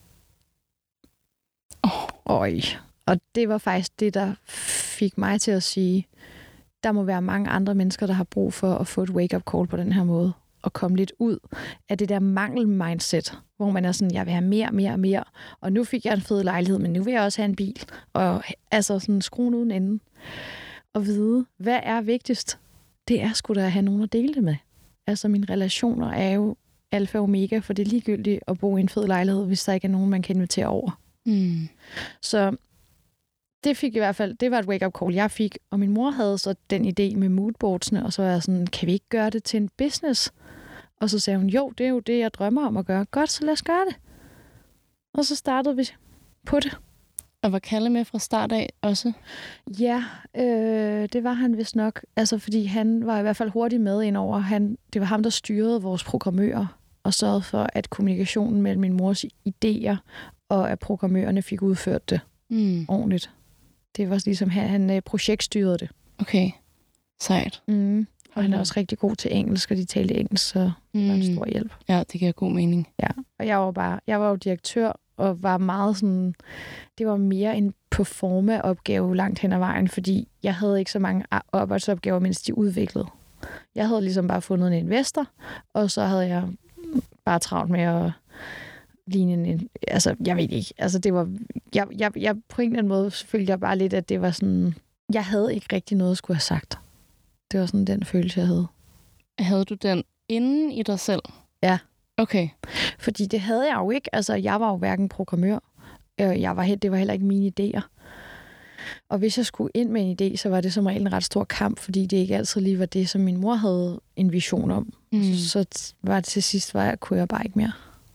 Og det var faktisk det, der fik mig til at sige, der må være mange andre mennesker, der har brug for at få et wake-up call på den her måde. Og komme lidt ud af det der mangel-mindset, hvor man er sådan, jeg vil have mere. Og nu fik jeg en fed lejlighed, men nu vil jeg også have en bil. Og altså sådan skruen uden enden. Og vide, hvad er vigtigst? Det er sgu da at have nogen at dele det med. Altså mine relationer er jo alfa og omega, for det er ligegyldigt at bo i en fed lejlighed, hvis der ikke er nogen, man kan invitere over. Så det fik i hvert fald, det var et wake-up call, jeg fik. Og min mor havde så den idé med moodboardsene, og så var jeg sådan, kan vi ikke gøre det til en business? Og så sagde hun, jo, det er jo det, jeg drømmer om at gøre. Godt, så lad os gøre det. Og så startede vi på det. Og var Kalle med fra start af også? Ja, det var han vist nok. Altså, fordi han var i hvert fald hurtigt med indover. Det var ham, der styrede vores programmører og sørgede for, at kommunikationen mellem min mors idéer og at programmørerne fik udført det ordentligt. Det var ligesom, han projektstyrede det. Okay, sejt. Og han er også rigtig god til engelsk, og de talte engelsk, så det var en stor hjælp. Ja, det giver god mening. Ja, og jeg var jo direktør, og var meget sådan, det var mere en performa-opgave langt hen ad vejen, fordi jeg havde ikke så mange arbejdsopgaver, mens de udviklede. Jeg havde ligesom bare fundet en investor, og så havde jeg bare travlt med at ligne en, altså jeg ved ikke, altså det var, jeg på en eller anden måde følte jeg bare lidt, at det var sådan, jeg havde ikke rigtig noget at skulle have sagt. Det var sådan den følelse, jeg havde. Havde du den inden i dig selv? Ja. Okay. Fordi det havde jeg jo ikke. Altså, jeg var jo hverken programmør. Det var heller ikke mine idéer. Og hvis jeg skulle ind med en idé, så var det som regel en ret stor kamp, fordi det ikke altid lige var det, som min mor havde en vision om. Så var det til sidst, kunne jeg bare ikke mere.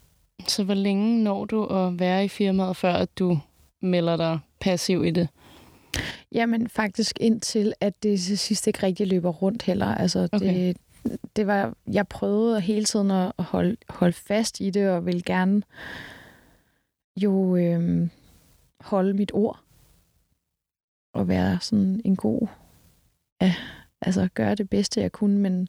Så hvor længe når du at være i firmaet, før at du melder dig passiv i det? Jamen faktisk indtil, at det til sidst ikke rigtig løber rundt heller. Altså, Okay. det var, jeg prøvede hele tiden at holde fast i det, og ville gerne jo holde mit ord. Og være sådan en god... altså gøre det bedste, jeg kunne, men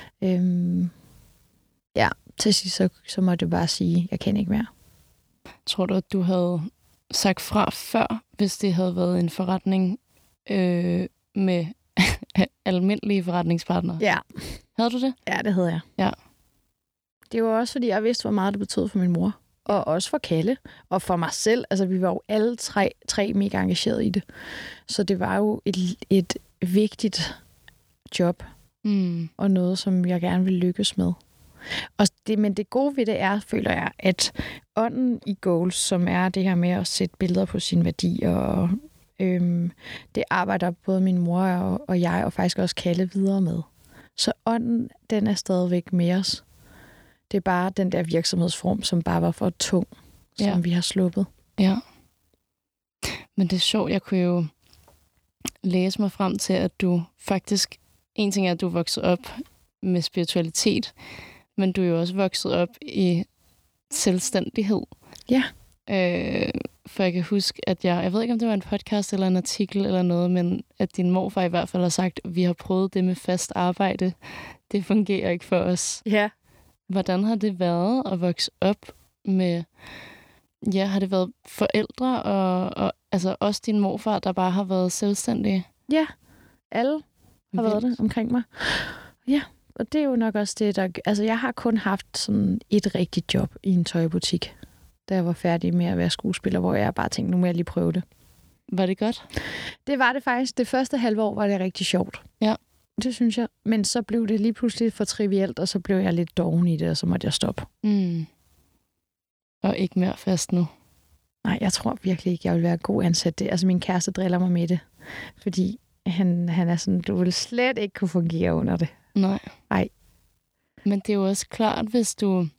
til sidst så måtte jeg bare sige, jeg kan ikke mere. Tror du, at du havde sagt fra før, hvis det havde været en forretning med almindelige forretningspartnere? Ja. Havde du det? Ja, det havde jeg. Ja. Det var også, fordi jeg vidste, hvor meget det betød for min mor. Og også for Kalle. Og for mig selv. Altså, vi var jo alle tre mega engagerede i det. Så det var jo et vigtigt job. Og noget, som jeg gerne vil lykkes med. Men det gode ved det er, føler jeg, at ånden i Goals, som er det her med at sætte billeder på sin værdi, og det arbejder både min mor og jeg, og faktisk også Kalle videre med. Så ånden, den er stadigvæk med os. Det er bare den der virksomhedsform, som bare var for tung, som vi har sluppet. Ja. Men det er sjovt, jeg kunne jo læse mig frem til, at du faktisk... En ting er, at du er vokset op med spiritualitet, men du er jo også vokset op i selvstændighed. Ja. For jeg kan huske, at jeg ved ikke, om det var en podcast eller en artikel eller noget, men at din morfar i hvert fald har sagt, at vi har prøvet det med fast arbejde. Det fungerer ikke for os. Ja. Hvordan har det været at vokse op med... Ja, har det været forældre og altså også din morfar, der bare har været selvstændige? Ja, alle har været det omkring mig. Ja, og det er jo nok også det, der... Altså, jeg har kun haft sådan et rigtigt job i en tøjbutik, da jeg var færdig med at være skuespiller, hvor jeg bare tænkte, nu må jeg lige prøve det. Var det godt? Det var det faktisk. Det første halve år var det rigtig sjovt. Ja. Det synes jeg. Men så blev det lige pludselig for trivielt, og så blev jeg lidt doven i det, og så måtte jeg stoppe. Og ikke mere fast nu? Nej, jeg tror virkelig ikke, jeg vil være god ansat det. Altså, min kæreste driller mig med det, fordi han er sådan, du vil slet ikke kunne fungere under det. Nej. Men det er jo også klart, hvis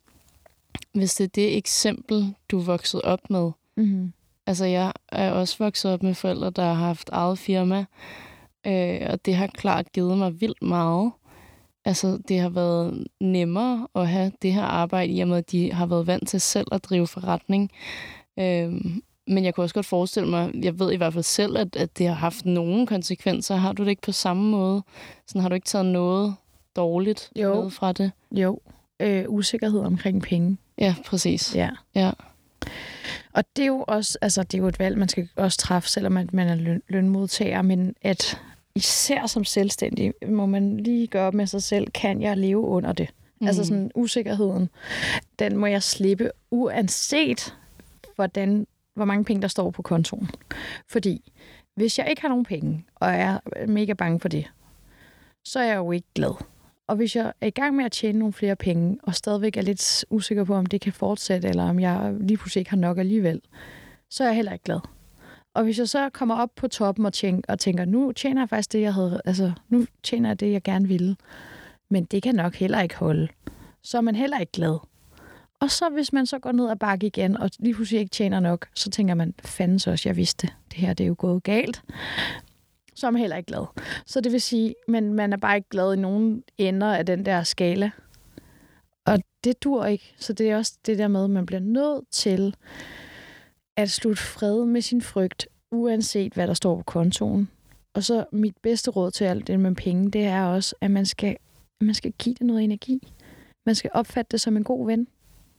det er det eksempel, du er vokset op med. Mm-hmm. Altså, jeg er også vokset op med forældre, der har haft eget firma, og det har klart givet mig vildt meget. Altså, det har været nemmere at have det her arbejde, i og med, at de har været vant til selv at drive forretning. Men jeg kunne også godt forestille mig, jeg ved i hvert fald selv, at det har haft nogle konsekvenser. Har du det ikke på samme måde? Sådan, har du ikke taget noget dårligt med fra det? Jo. Usikkerhed omkring penge. Ja, præcis. Ja. Og det er jo også, altså det er jo et valg, man skal også træffe, selvom man er lønmodtager, men at især som selvstændig, må man lige gøre op med sig selv, kan jeg leve under det? Altså sådan usikkerheden, den må jeg slippe, uanset hvor mange penge, der står på kontoen. Fordi hvis jeg ikke har nogen penge, og er mega bange for det, så er jeg jo ikke glad. Og hvis jeg er i gang med at tjene nogle flere penge, og stadigvæk er lidt usikker på, om det kan fortsætte, eller om jeg lige pludselig ikke har nok alligevel, så er jeg heller ikke glad. Og hvis jeg så kommer op på toppen og tænker, nu tjener jeg faktisk det, jeg havde, altså nu tjener jeg det, jeg gerne ville, men det kan nok heller ikke holde, så er man heller ikke glad. Og så hvis man så går ned ad bakke igen, og lige pludselig ikke tjener nok, så tænker man, fanden så også, jeg vidste, det her det er jo gået galt. Så er man heller ikke glad. Så det vil sige, men man er bare ikke glad i nogen ender af den der skala. Og det dur ikke. Så det er også det der med, at man bliver nødt til at slutte fred med sin frygt, uanset hvad der står på kontoen. Og så mit bedste råd til alt det med penge, det er også, at man skal give det noget energi. Man skal opfatte det som en god ven.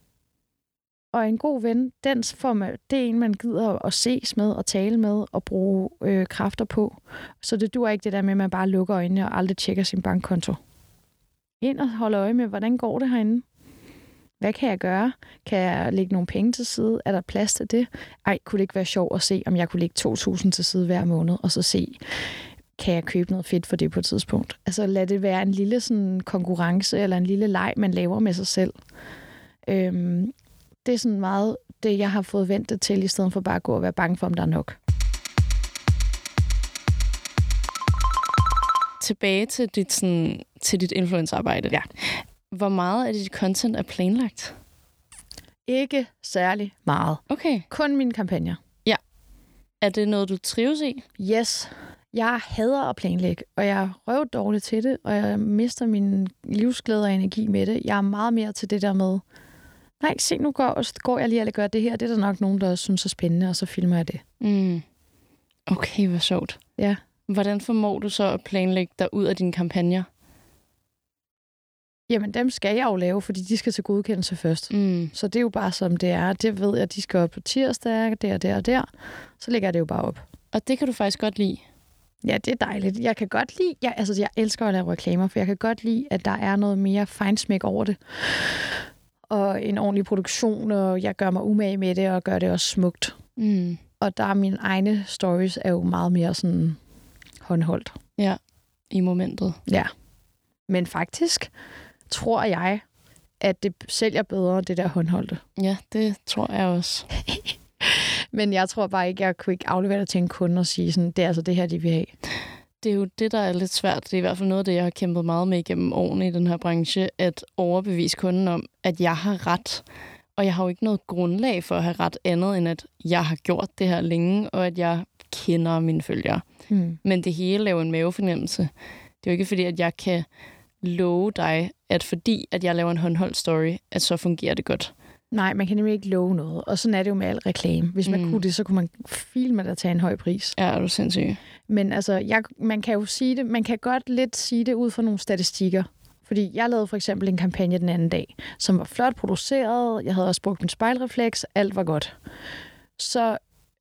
Og en god ven, det er en, man gider at ses med og tale med og bruge kræfter på. Så det duer ikke det der med, at man bare lukker øjnene og aldrig tjekker sin bankkonto. Ind og holde øje med, hvordan går det herinde? Hvad kan jeg gøre? Kan jeg lægge nogle penge til side? Er der plads til det? Ej, kunne det ikke være sjovt at se, om jeg kunne lægge 2.000 til side hver måned, og så se, kan jeg købe noget fedt for det på et tidspunkt? Altså lad det være en lille sådan, konkurrence eller en lille leg, man laver med sig selv. Det er sådan meget det, jeg har fået ventet til, i stedet for bare at gå og være bange for, om der er nok. Tilbage til dit influencerarbejde. Ja. Hvor meget af dit content er planlagt? Ikke særlig meget. Okay. Kun mine kampagner. Ja. Er det noget, du trives i? Yes. Jeg hader at planlægge, og jeg er røvdårlig til det, og jeg mister min livsglæde og energi med det. Jeg er meget mere til det der med, nej, se, nu går jeg lige og gør det her. Det er der nok nogen, der synes er spændende, og så filmer jeg det. Okay, hvor sjovt. Ja. Hvordan formår du så at planlægge dig ud af dine kampagner? Jamen, dem skal jeg jo lave, fordi de skal til godkendelse først. Så det er jo bare som det er. Det ved jeg, at de skal op på tirsdag, der. Så lægger jeg det jo bare op. Og det kan du faktisk godt lide? Ja, det er dejligt. Jeg kan godt lide... Jeg elsker at lave reklamer, for jeg kan godt lide, at der er noget mere feinschmeck over det. Og en ordentlig produktion, og jeg gør mig umage med det, og gør det også smukt. Og der er mine egne stories er jo meget mere sådan håndholdt. Ja, i momentet. Ja. Men faktisk tror jeg, at det sælger bedre, det der håndholdte. Ja, det tror jeg også. Men jeg tror bare ikke, jeg kunne ikke aflevere det til en kunde og sige sådan, det er altså det her, de vil have. Det er jo det, der er lidt svært. Det er i hvert fald noget af det, jeg har kæmpet meget med igennem årene i den her branche, at overbevise kunden om, at jeg har ret. Og jeg har jo ikke noget grundlag for at have ret andet, end at jeg har gjort det her længe, og at jeg kender mine følgere. Men det hele er jo en mavefornemmelse. Det er jo ikke fordi, at jeg kan love dig, at fordi at jeg laver en håndholdt story, at så fungerer det godt. Nej, man kan nemlig ikke love noget. Og sådan er det jo med al reklame. Hvis man kunne det, så kunne man filme det og tage en høj pris. Ja, er du sindssyg. Men altså, man kan jo sige det, man kan godt lidt sige det ud fra nogle statistikker. Fordi jeg lavede for eksempel en kampagne den anden dag, som var flot produceret. Jeg havde også brugt min spejlrefleks. Alt var godt. Så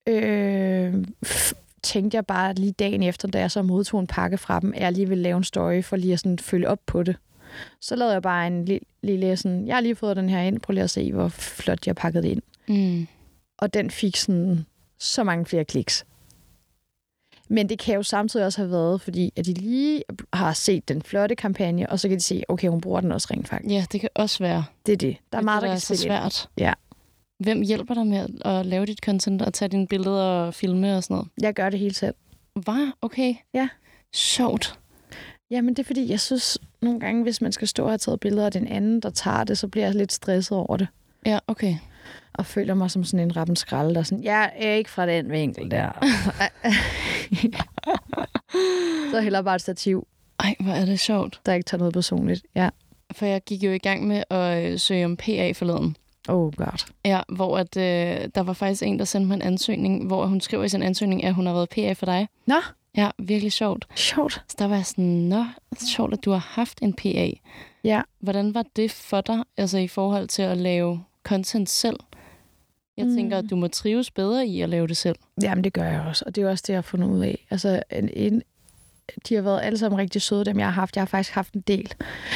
tænkte jeg bare lige dagen efter, da jeg så modtog en pakke fra dem, at jeg lige ville lave en story for lige at sådan følge op på det. Så lavede jeg bare en lille sådan, jeg har lige fået den her ind, prøv lige at se, hvor flot jeg pakkede det ind. Og den fik sådan så mange flere kliks. Men det kan jo samtidig også have været, fordi at de lige har set den flotte kampagne, og så kan de se, okay, hun bruger den også rent faktisk. Ja, det kan også være. Det er det. Der er meget, der kan så svært. Ja. Hvem hjælper dig med at lave dit content og tage dine billeder og filme og sådan noget? Jeg gør det hele selv. Hvad? Okay. Ja. Sjovt. Jamen, det er fordi, jeg synes nogle gange, hvis man skal stå og have taget billeder af den anden, der tager det, så bliver jeg lidt stresset over det. Ja, okay. Og føler mig som sådan en rappen skralde, der sådan, jeg er ikke fra den vinkel der. Så heller bare et stativ. Ej, hvor er det sjovt. Der ikke tager noget personligt, ja. For jeg gik jo i gang med at søge om PA forleden. Oh god. Ja, hvor at, der var faktisk en, der sendte mig en ansøgning, hvor hun skriver i sin ansøgning, at hun har været PA for dig. Nå. Ja, virkelig sjovt. Sjovt. Så der var jeg sådan, sjovt, at du har haft en PA. Ja. Hvordan var det for dig, altså i forhold til at lave content selv? Jeg tænker, at du må trives bedre i at lave det selv. Jamen, det gør jeg også, og det er også det, jeg har fundet ud af. Altså, de har været alle sammen rigtig søde, dem jeg har haft. Jeg har faktisk haft en del.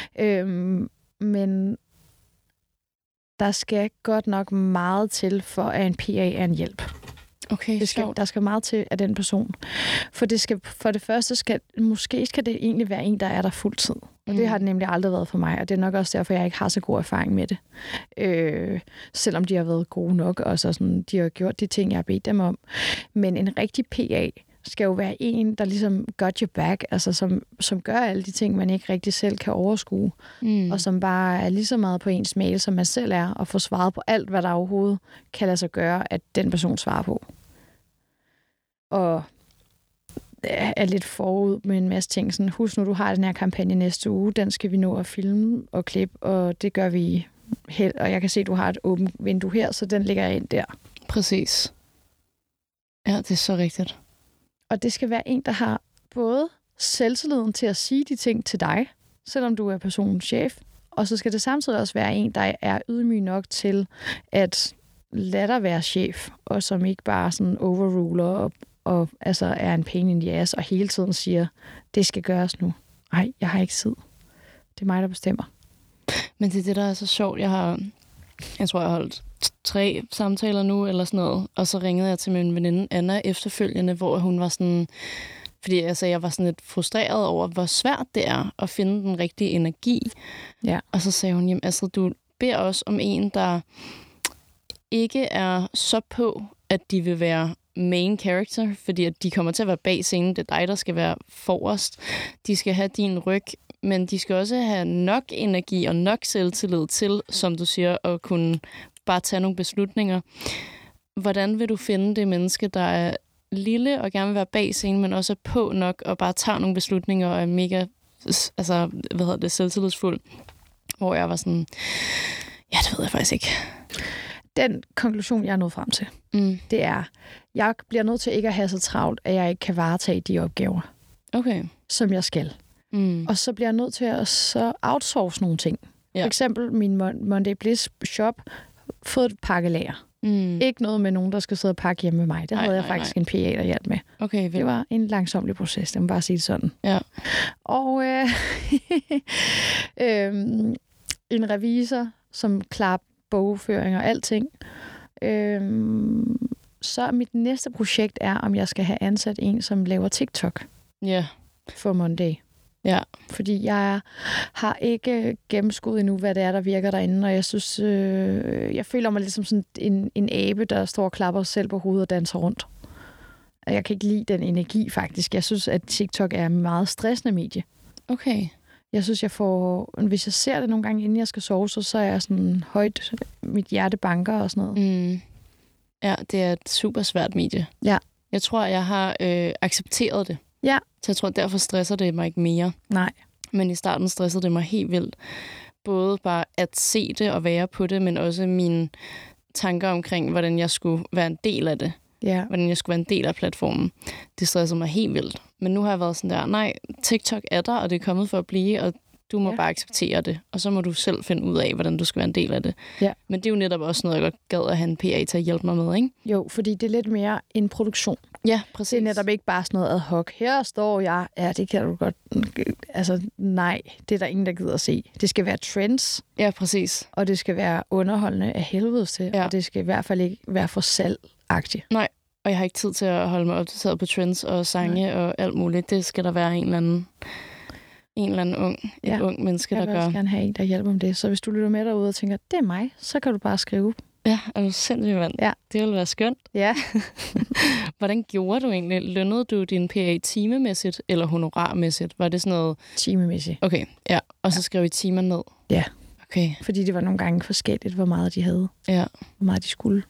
Men der skal godt nok meget til, for at en PA er en hjælp. Okay, der skal meget til af den person. For det første skal det egentlig være en, der er der fuld tid. Og det har det nemlig aldrig været for mig, og det er nok også derfor, jeg ikke har så god erfaring med det. Selvom de har været gode nok, og så sådan, de har gjort de ting, jeg har bedt dem om. Men en rigtig PA skal jo være en, der ligesom got your back, altså som gør alle de ting, man ikke rigtig selv kan overskue, og som bare er lige så meget på ens mail, som man selv er, og får svaret på alt, hvad der overhovedet kan lade sig gøre, at den person svarer på. Og er lidt forud med en masse ting. Sådan, husk nu, du har den her kampagne næste uge, den skal vi nå at filme og klippe, og det gør vi helt. Og jeg kan se, at du har et åbent vindue her, så den lægger jeg ind der. Præcis. Ja, det er så rigtigt. Og det skal være en, der har både selvtilliden til at sige de ting til dig, selvom du er personens chef, og så skal det samtidig også være en, der er ydmyg nok til at lade dig være chef, og som ikke bare sådan overruler og altså er en pain in the ass, og hele tiden siger, det skal gøres nu. Nej, jeg har ikke tid. Det er mig, der bestemmer. Men det er det, der er så sjovt. Jeg tror, jeg har holdt 3 samtaler nu, eller sådan noget, og så ringede jeg til min veninde Anna efterfølgende, hvor hun var sådan, fordi altså, jeg var sådan lidt frustreret over, hvor svært det er at finde den rigtige energi. Ja. Og så sagde hun, jamen altså, du beder også om en, der ikke er så på, at de vil være main character, fordi at de kommer til at være bag scenen. Det er dig, der skal være forrest. De skal have din ryg, men de skal også have nok energi og nok selvtillid til, som du siger, at kunne bare tage nogle beslutninger. Hvordan vil du finde det menneske, der er lille og gerne vil være bag scenen, men også er på nok og bare tager nogle beslutninger og er mega, selvtillidsfuld? Hvor jeg var sådan, ja, det ved jeg faktisk ikke. Den konklusion, jeg er nået frem til, det er, jeg bliver nødt til ikke at have så travlt, at jeg ikke kan varetage de opgaver, som jeg skal. Og så bliver jeg nødt til at så outsource nogle ting. Ja. For eksempel min Monday Bliss shop, fået et pakkelager. Ikke noget med nogen, der skal sidde og pakke hjemme med mig. Det havde jeg faktisk en PA, der hjalp med. Okay, det var en langsomlig proces, jeg må bare sige det sådan. Ja. Og en revisor, som klarer bogføring og alting. Så mit næste projekt er, om jeg skal have ansat en, som laver TikTok for Monday. Ja. Fordi jeg har ikke gennemskuet endnu, hvad det er, der virker derinde, og jeg synes, jeg føler mig lidt som sådan en abe, der står og klapper sig selv på hovedet og danser rundt. Jeg kan ikke lide den energi, faktisk. Jeg synes, at TikTok er en meget stressende medie. Okay. Jeg synes, hvis jeg ser det nogle gange, inden jeg skal sove, så er jeg sådan højt, mit hjerte banker og sådan noget. Ja, det er et super svært medie. Ja. Jeg tror, jeg har accepteret det. Ja. Så jeg tror, derfor stresser det mig ikke mere. Nej. Men i starten stressede det mig helt vildt. Både bare at se det og være på det, men også mine tanker omkring, hvordan jeg skulle være en del af det. Ja. Hvordan jeg skulle være en del af platformen. Det stressede mig helt vildt. Men nu har jeg været sådan der, nej, TikTok er der, og det er kommet for at blive, og du må bare acceptere det. Og så må du selv finde ud af, hvordan du skal være en del af det. Ja. Men det er jo netop også noget, jeg godt gad at have en PA til at hjælpe mig med, ikke? Jo, fordi det er lidt mere en produktion. Ja, præcis. Det er netop ikke bare sådan noget ad hoc. Her står jeg. Ja, det kan du godt. Altså, nej, det er der ingen, der gider at se. Det skal være trends. Ja, præcis. Og det skal være underholdende af helvede til. Ja. Og det skal i hvert fald ikke være for salg-agtigt. Nej, og jeg har ikke tid til at holde mig opdateret på trends og sange og alt muligt. Det skal der være en eller anden ung menneske, der gør. Jeg vil gerne have en, der hjælper med det. Så hvis du lytter med derude og tænker, det er mig, så kan du bare skrive. Ja, er du sindssygt vand? Ja. Det ville være skønt. Ja. Hvordan gjorde du egentlig? Lønnede du din PA timemæssigt eller honorarmæssigt? Var det sådan noget? Timemæssigt. Okay, ja. Og så skrev I timer ned? Ja. Okay. Fordi det var nogle gange forskelligt, hvor meget de havde. Ja. Hvor meget de skulle.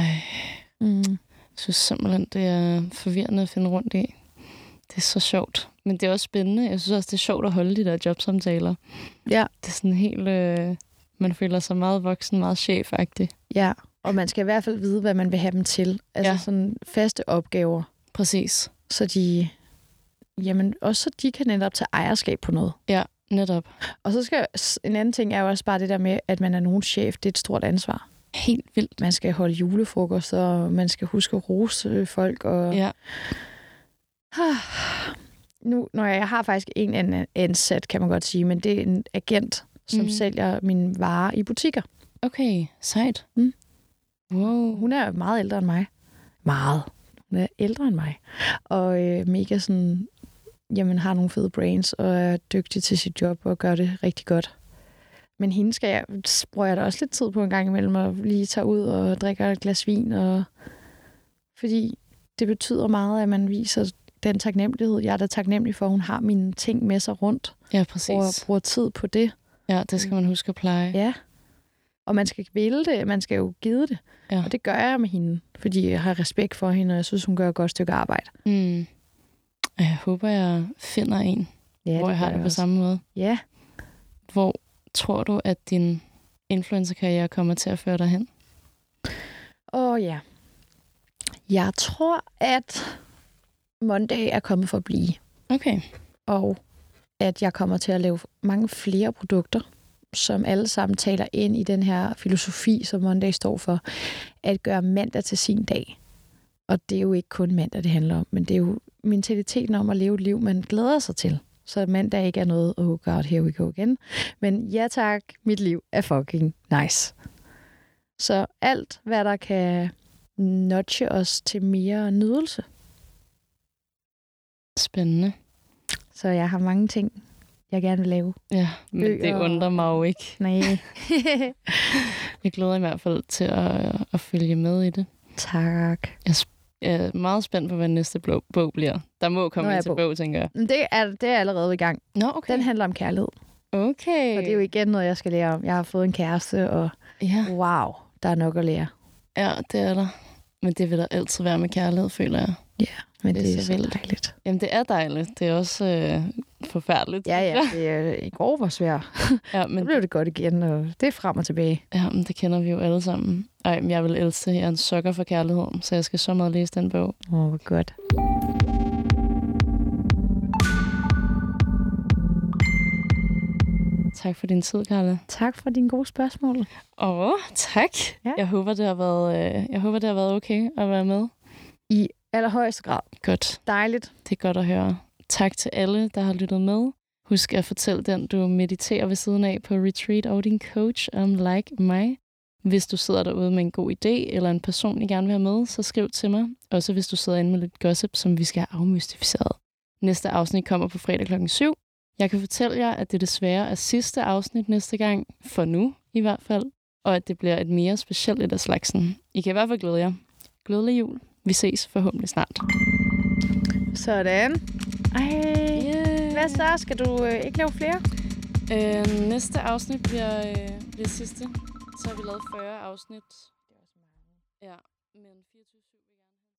Jeg synes simpelthen, det er forvirrende at finde rundt i. Det er så sjovt. Men det er også spændende. Jeg synes også, det er sjovt at holde de der jobsamtaler. Ja. Det er sådan helt... man føler sig meget voksen, meget chef-agtig. Ja, og man skal i hvert fald vide, hvad man vil have dem til. Altså sådan faste opgaver. Præcis. Så de... Jamen, også så de kan netop tage ejerskab på noget. Ja, netop. Og så skal... En anden ting er jo også bare det der med, at man er nogens chef. Det er et stort ansvar. Helt vildt. Man skal holde julefrokost, og man skal huske at rose folk, og... Ja. Nu, når jeg har faktisk en ansat, kan man godt sige, men det er en agent, som sælger mine varer i butikker. Okay, sejt. Wow. Hun er meget ældre end mig. Meget. Hun er ældre end mig. Og mega sådan, jamen har nogle fede brains, og er dygtig til sit job, og gør det rigtig godt. Men hende bruger jeg da også lidt tid på en gang imellem, og lige tage ud og drikke et glas vin, og fordi det betyder meget, at man viser den taknemmelighed. Jeg er da taknemmelig for, at hun har mine ting med sig rundt. Ja, præcis. Og bruger tid på det. Ja, det skal man huske at pleje. Ja. Og man skal ville det. Man skal jo give det. Ja. Og det gør jeg med hende, fordi jeg har respekt for hende, og jeg synes, hun gør et godt stykke arbejde. Jeg håber, jeg finder en, hvor jeg har det på samme måde. Ja. Hvor tror du, at din influencer-karriere kommer til at føre dig hen? Ja. Jeg tror, at Monday er kommet for at blive. Okay. Og at jeg kommer til at lave mange flere produkter, som alle sammen taler ind i den her filosofi, som Monday står for, at gøre mandag til sin dag. Og det er jo ikke kun mandag, det handler om, men det er jo mentaliteten om at leve et liv, man glæder sig til. Så mandag ikke er noget, oh god, here we go again. Men ja tak, mit liv er fucking nice. Så alt, hvad der kan nudge os til mere nydelse. Spændende. Så jeg har mange ting, jeg gerne vil lave. Ja, men det undrer mig jo ikke. Nej. Jeg glæder i hvert fald til at følge med i det. Tak. Jeg er meget spændt på, hvad næste bog bliver. Der må komme til bog, tænker jeg. Det er allerede i gang. Nå, okay. Den handler om kærlighed. Okay. Og det er jo igen noget, jeg skal lære om. Jeg har fået en kæreste, og wow, der er nok at lære. Ja, det er der. Men det vil der altid være med kærlighed, føler jeg. Ja, men det er så så vildt. dejligt. Jamen, det er dejligt. Det er også forfærdeligt. Ja, det er, i går var svært. Ja, men Så blev det godt igen, og det er frem og tilbage. Ja, men det kender vi jo alle sammen. Ej, men jeg vil elske det. Jeg er en sukker for kærlighed, så jeg skal så meget læse den bog. Hvor godt. Tak for din tid, Carla. Tak for dine gode spørgsmål. Tak. Ja. Jeg håber, det har været okay at være med. I allerhøjeste grad. Godt. Dejligt. Det er godt at høre. Tak til alle, der har lyttet med. Husk at fortælle den, du mediterer ved siden af på retreat og din coach om like mig. Hvis du sidder derude med en god idé, eller en person, I gerne vil have med, så skriv til mig. Også hvis du sidder inde med lidt gossip, som vi skal have afmystificeret. Næste afsnit kommer på fredag klokken 7. Jeg kan fortælle jer, at det desværre er sidste afsnit næste gang, for nu i hvert fald, og at det bliver et mere specielt et af slagsen. I kan i hvert fald glæde jer. Glædelig jul. Vi ses forhåbentlig snart. Sådan. Yeah. Hvad så? Skal du ikke lave flere? Næste afsnit bliver sidste. Så har vi lavet 40 afsnit. Ja, men 24/7 vil gerne have.